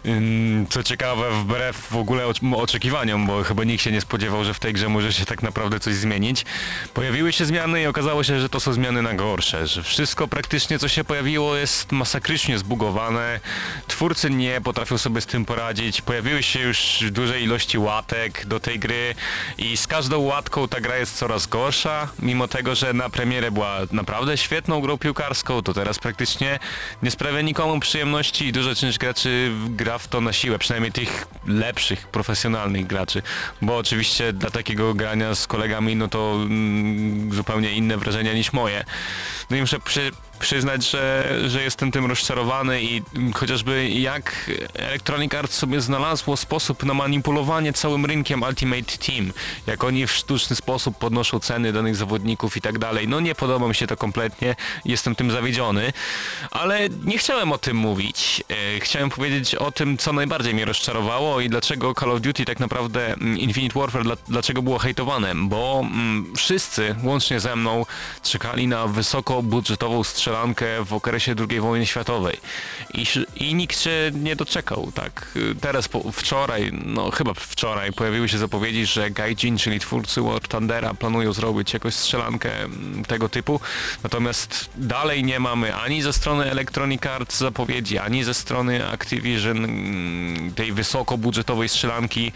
Ym, co ciekawe, wbrew w ogóle o- oczekiwaniom, bo chyba nikt się nie spodziewał, że w tej grze może się tak naprawdę coś zmienić. Pojawiły się zmiany i okazało się, że to są zmiany na gorsze, że wszystko praktycznie co się pojawiło jest masakrycznie zbugowane, twórcy nie potrafią sobie z tym poradzić, pojawiły się już duże ilości łatek do tej gry i z każdą łatką ta gra jest coraz gorsza, mimo tego, że na premierę była naprawdę świetną grą piłkarską, to teraz praktycznie nie sprawia nikomu przyjemności i duża część graczy gra w to na siłę, przynajmniej tych lepszych, profesjonalnych graczy, bo oczywiście dla takiego grania z kolegami no to mm, zupełnie inne wrażenia niż moje. No i muszę przy, przyznać, że, że jestem tym rozczarowany i chociażby jak Electronic Arts sobie znalazło sposób na manipulowanie całym rynkiem Ultimate Team, jak oni w sztuczny sposób podnoszą ceny danych zawodników i tak dalej, no nie podoba mi się to kompletnie, jestem tym zawiedziony, ale nie chciałem o tym mówić, e, chciałem powiedzieć o tym, co najbardziej mnie rozczarowało i dlaczego Call of Duty tak naprawdę Infinite Warfare, dla, dlaczego było hejtowane, bo mm, wszyscy, łącznie ze mną, czekali na wysokobudżetową strzelankę w okresie drugiej wojny światowej i, i nikt się nie doczekał, tak. Teraz, po, wczoraj, no chyba wczoraj pojawiły się zapowiedzi, że Gaijin, czyli twórcy War Thundera, planują zrobić jakąś strzelankę tego typu, natomiast dalej nie mamy ani ze strony Electronic Arts zapowiedzi, ani ze strony Activision tej wysokobudżetowej strzelanki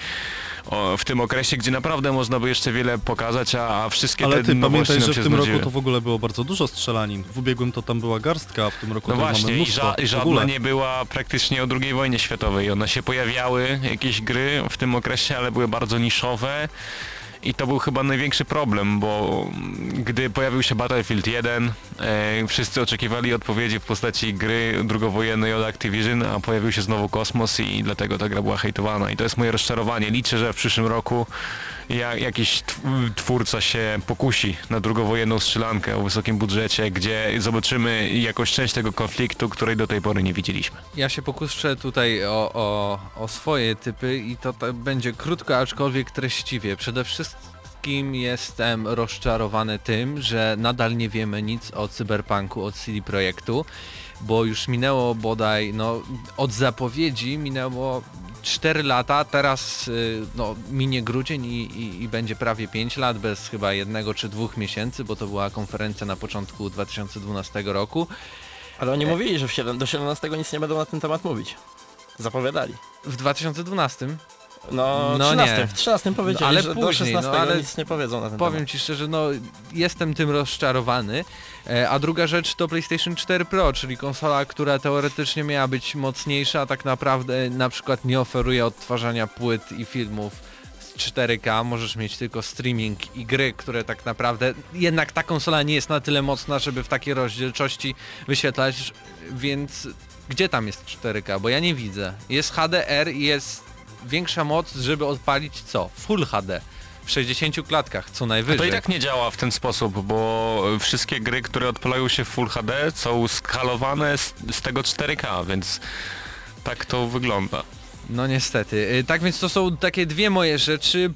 o, w tym okresie, gdzie naprawdę można by jeszcze wiele pokazać, a, a wszystkie Ale te ty nowości pamiętaj, nam że się w tym znudziły. roku to w ogóle było bardzo dużo strzelanin. W ubiegłym to tam była garstka, a w tym roku No to mamy właśnie, i, mnóstwo. ża- i w żadna ogóle. nie była praktycznie o drugiej wojnie światowej. One się pojawiały, jakieś gry w tym okresie, ale były bardzo niszowe. I to był chyba największy problem, bo gdy pojawił się Battlefield jeden, e, wszyscy oczekiwali odpowiedzi w postaci gry drugowojennej od Activision, a pojawił się znowu kosmos i dlatego ta gra była hejtowana. I to jest moje rozczarowanie. Liczę, że w przyszłym roku ja, jakiś tw- twórca się pokusi na drugowojenną strzelankę o wysokim budżecie, gdzie zobaczymy jakąś część tego konfliktu, której do tej pory nie widzieliśmy. Ja się pokuszę tutaj o, o, o swoje typy i to, to będzie krótko, aczkolwiek treściwie. Przede wszystkim jestem rozczarowany tym, że nadal nie wiemy nic o Cyberpunku od C D Projektu, bo już minęło bodaj, no od zapowiedzi minęło cztery lata, teraz y, no, minie grudzień i, i, i będzie prawie pięć lat bez chyba jednego czy dwóch miesięcy, bo to była konferencja na początku dwa tysiące dwunastego roku. Ale oni mówili, że w siedem, do siedemnastego nic nie będą na ten temat mówić. Zapowiadali. W dwa tysiące dwunastym? No, No trzynastym, nie. w trzynastym powiedzieli, ale że do później, szesnastego no, ale nic nie powiedzą na ten Powiem temat. ci szczerze, no jestem tym rozczarowany. E, a druga rzecz to PlayStation cztery Pro, czyli konsola, która teoretycznie miała być mocniejsza, a tak naprawdę na przykład nie oferuje odtwarzania płyt i filmów z cztery K, możesz mieć tylko streaming i gry, które tak naprawdę, jednak ta konsola nie jest na tyle mocna, żeby w takiej rozdzielczości wyświetlać, więc gdzie tam jest cztery K, bo ja nie widzę. Jest H D R i jest większa moc, żeby odpalić co? Full H D. W sześćdziesięciu klatkach, co najwyżej. To i tak nie działa w ten sposób, bo wszystkie gry, które odpalają się w Full H D są skalowane z, z tego cztery K, więc tak to wygląda. No niestety. Y, Tak więc to są takie dwie moje rzeczy.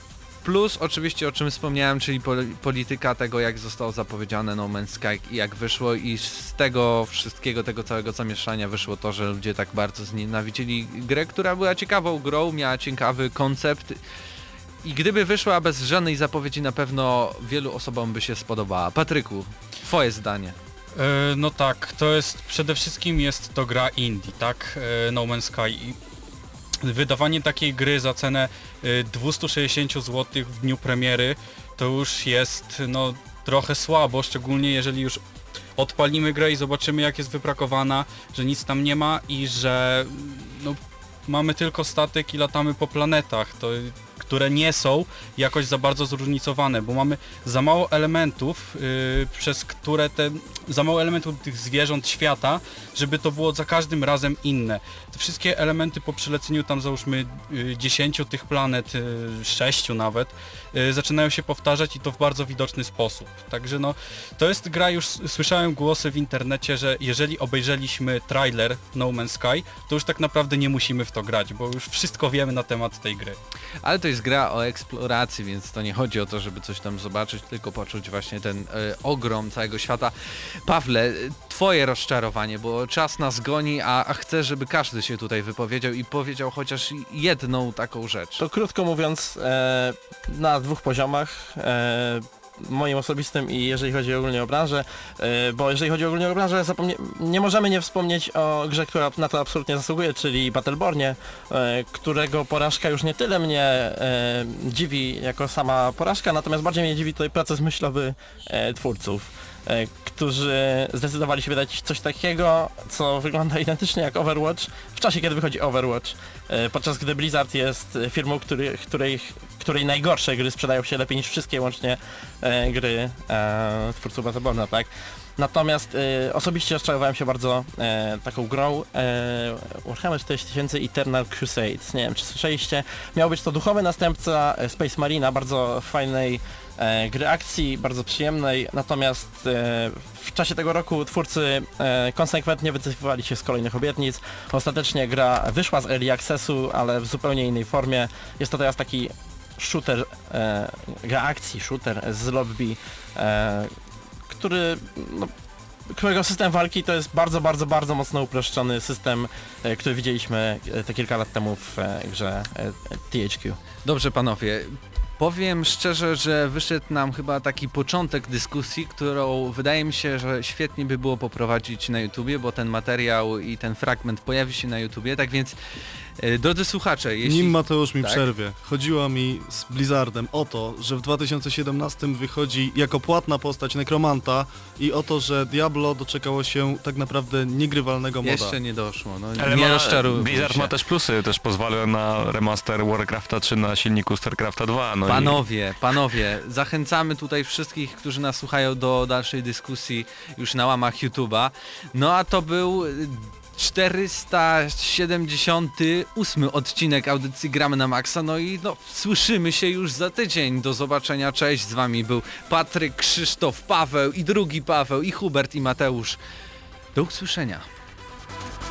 Plus oczywiście o czym wspomniałem, czyli pol- polityka tego, jak zostało zapowiedziane No Man's Sky i jak wyszło, i z tego wszystkiego, tego całego zamieszania wyszło to, że ludzie tak bardzo znienawidzili grę, która była ciekawą grą, miała ciekawy koncept i gdyby wyszła bez żadnej zapowiedzi, na pewno wielu osobom by się spodobała. Patryku, twoje zdanie. E, No tak, to jest przede wszystkim jest to gra indie, tak? E, No Man's Sky. I wydawanie takiej gry za cenę e, dwieście sześćdziesiąt złotych w dniu premiery to już jest no trochę słabo, szczególnie jeżeli już odpalimy grę i zobaczymy jak jest wybrakowana, że nic tam nie ma i że no, mamy tylko statek i latamy po planetach, to, które nie są jakoś za bardzo zróżnicowane, bo mamy za mało elementów, yy, przez które te, za mało elementów tych zwierząt świata, żeby to było za każdym razem inne. Te wszystkie elementy po przeleceniu tam załóżmy yy, dziesięciu tych planet, yy, sześciu nawet, yy, zaczynają się powtarzać i to w bardzo widoczny sposób. Także no, to jest gra, już słyszałem głosy w internecie, że jeżeli obejrzeliśmy trailer No Man's Sky, to już tak naprawdę nie musimy w to grać, bo już wszystko wiemy na temat tej gry. Ale to jest jest gra o eksploracji, więc to nie chodzi o to, żeby coś tam zobaczyć, tylko poczuć właśnie ten e, ogrom całego świata. Pawle, twoje rozczarowanie, bo czas nas goni, a, a chcę, żeby każdy się tutaj wypowiedział i powiedział chociaż jedną taką rzecz. To krótko mówiąc, e, na dwóch poziomach, e, moim osobistym i jeżeli chodzi ogólnie o branżę, e, bo jeżeli chodzi ogólnie o branżę, zapomnie- nie możemy nie wspomnieć o grze, która na to absolutnie zasługuje, czyli Battlebornie, e, którego porażka już nie tyle mnie e, dziwi jako sama porażka, natomiast bardziej mnie dziwi tutaj proces myślowy e, twórców, e, którzy zdecydowali się wydać coś takiego, co wygląda identycznie jak Overwatch w czasie, kiedy wychodzi Overwatch, e, podczas gdy Blizzard jest firmą, który, której, której najgorsze gry sprzedają się lepiej niż wszystkie łącznie e, gry e, twórców Battleborna, tak? Natomiast e, osobiście rozczarowałem się bardzo e, taką grą e, Warhammer czterdzieści tysięcy Eternal Crusade. Nie wiem, czy słyszeliście? Miał być to duchowy następca e, Space Marina, bardzo fajnej e, gry akcji, bardzo przyjemnej, natomiast e, w czasie tego roku twórcy e, konsekwentnie wycofywali się z kolejnych obietnic. Ostatecznie gra wyszła z Early Accessu, ale w zupełnie innej formie. Jest to teraz taki shooter, e, gra akcji, shooter z lobby, e, który, no, którego system walki to jest bardzo, bardzo, bardzo mocno uproszczony system, e, który widzieliśmy e, te kilka lat temu w e, grze e, T H Q. Dobrze panowie, powiem szczerze, że wyszedł nam chyba taki początek dyskusji, którą wydaje mi się, że świetnie by było poprowadzić na YouTubie, bo ten materiał i ten fragment pojawi się na YouTubie, tak więc e, drodzy słuchacze, jeśli... Nim Mateusz mi Tak? przerwie, chodziło mi z Blizzardem o to, że w dwa tysiące siedemnastym wychodzi jako płatna postać Nekromanta i o to, że Diablo doczekało się tak naprawdę niegrywalnego moda. Jeszcze nie doszło, no Ale nie ma, rozczarujmy Blizzard się. ma też plusy, też pozwala na remaster Warcrafta trzy na silniku StarCrafta dwa. No Panowie, panowie, zachęcamy tutaj wszystkich, którzy nas słuchają do dalszej dyskusji już na łamach YouTube'a. No a to był czterysta siedemdziesiąty ósmy odcinek audycji Gramy na Maxa, no i no, słyszymy się już za tydzień. Do zobaczenia, cześć, z wami był Patryk, Krzysztof, Paweł i drugi Paweł, i Hubert, i Mateusz. Do usłyszenia.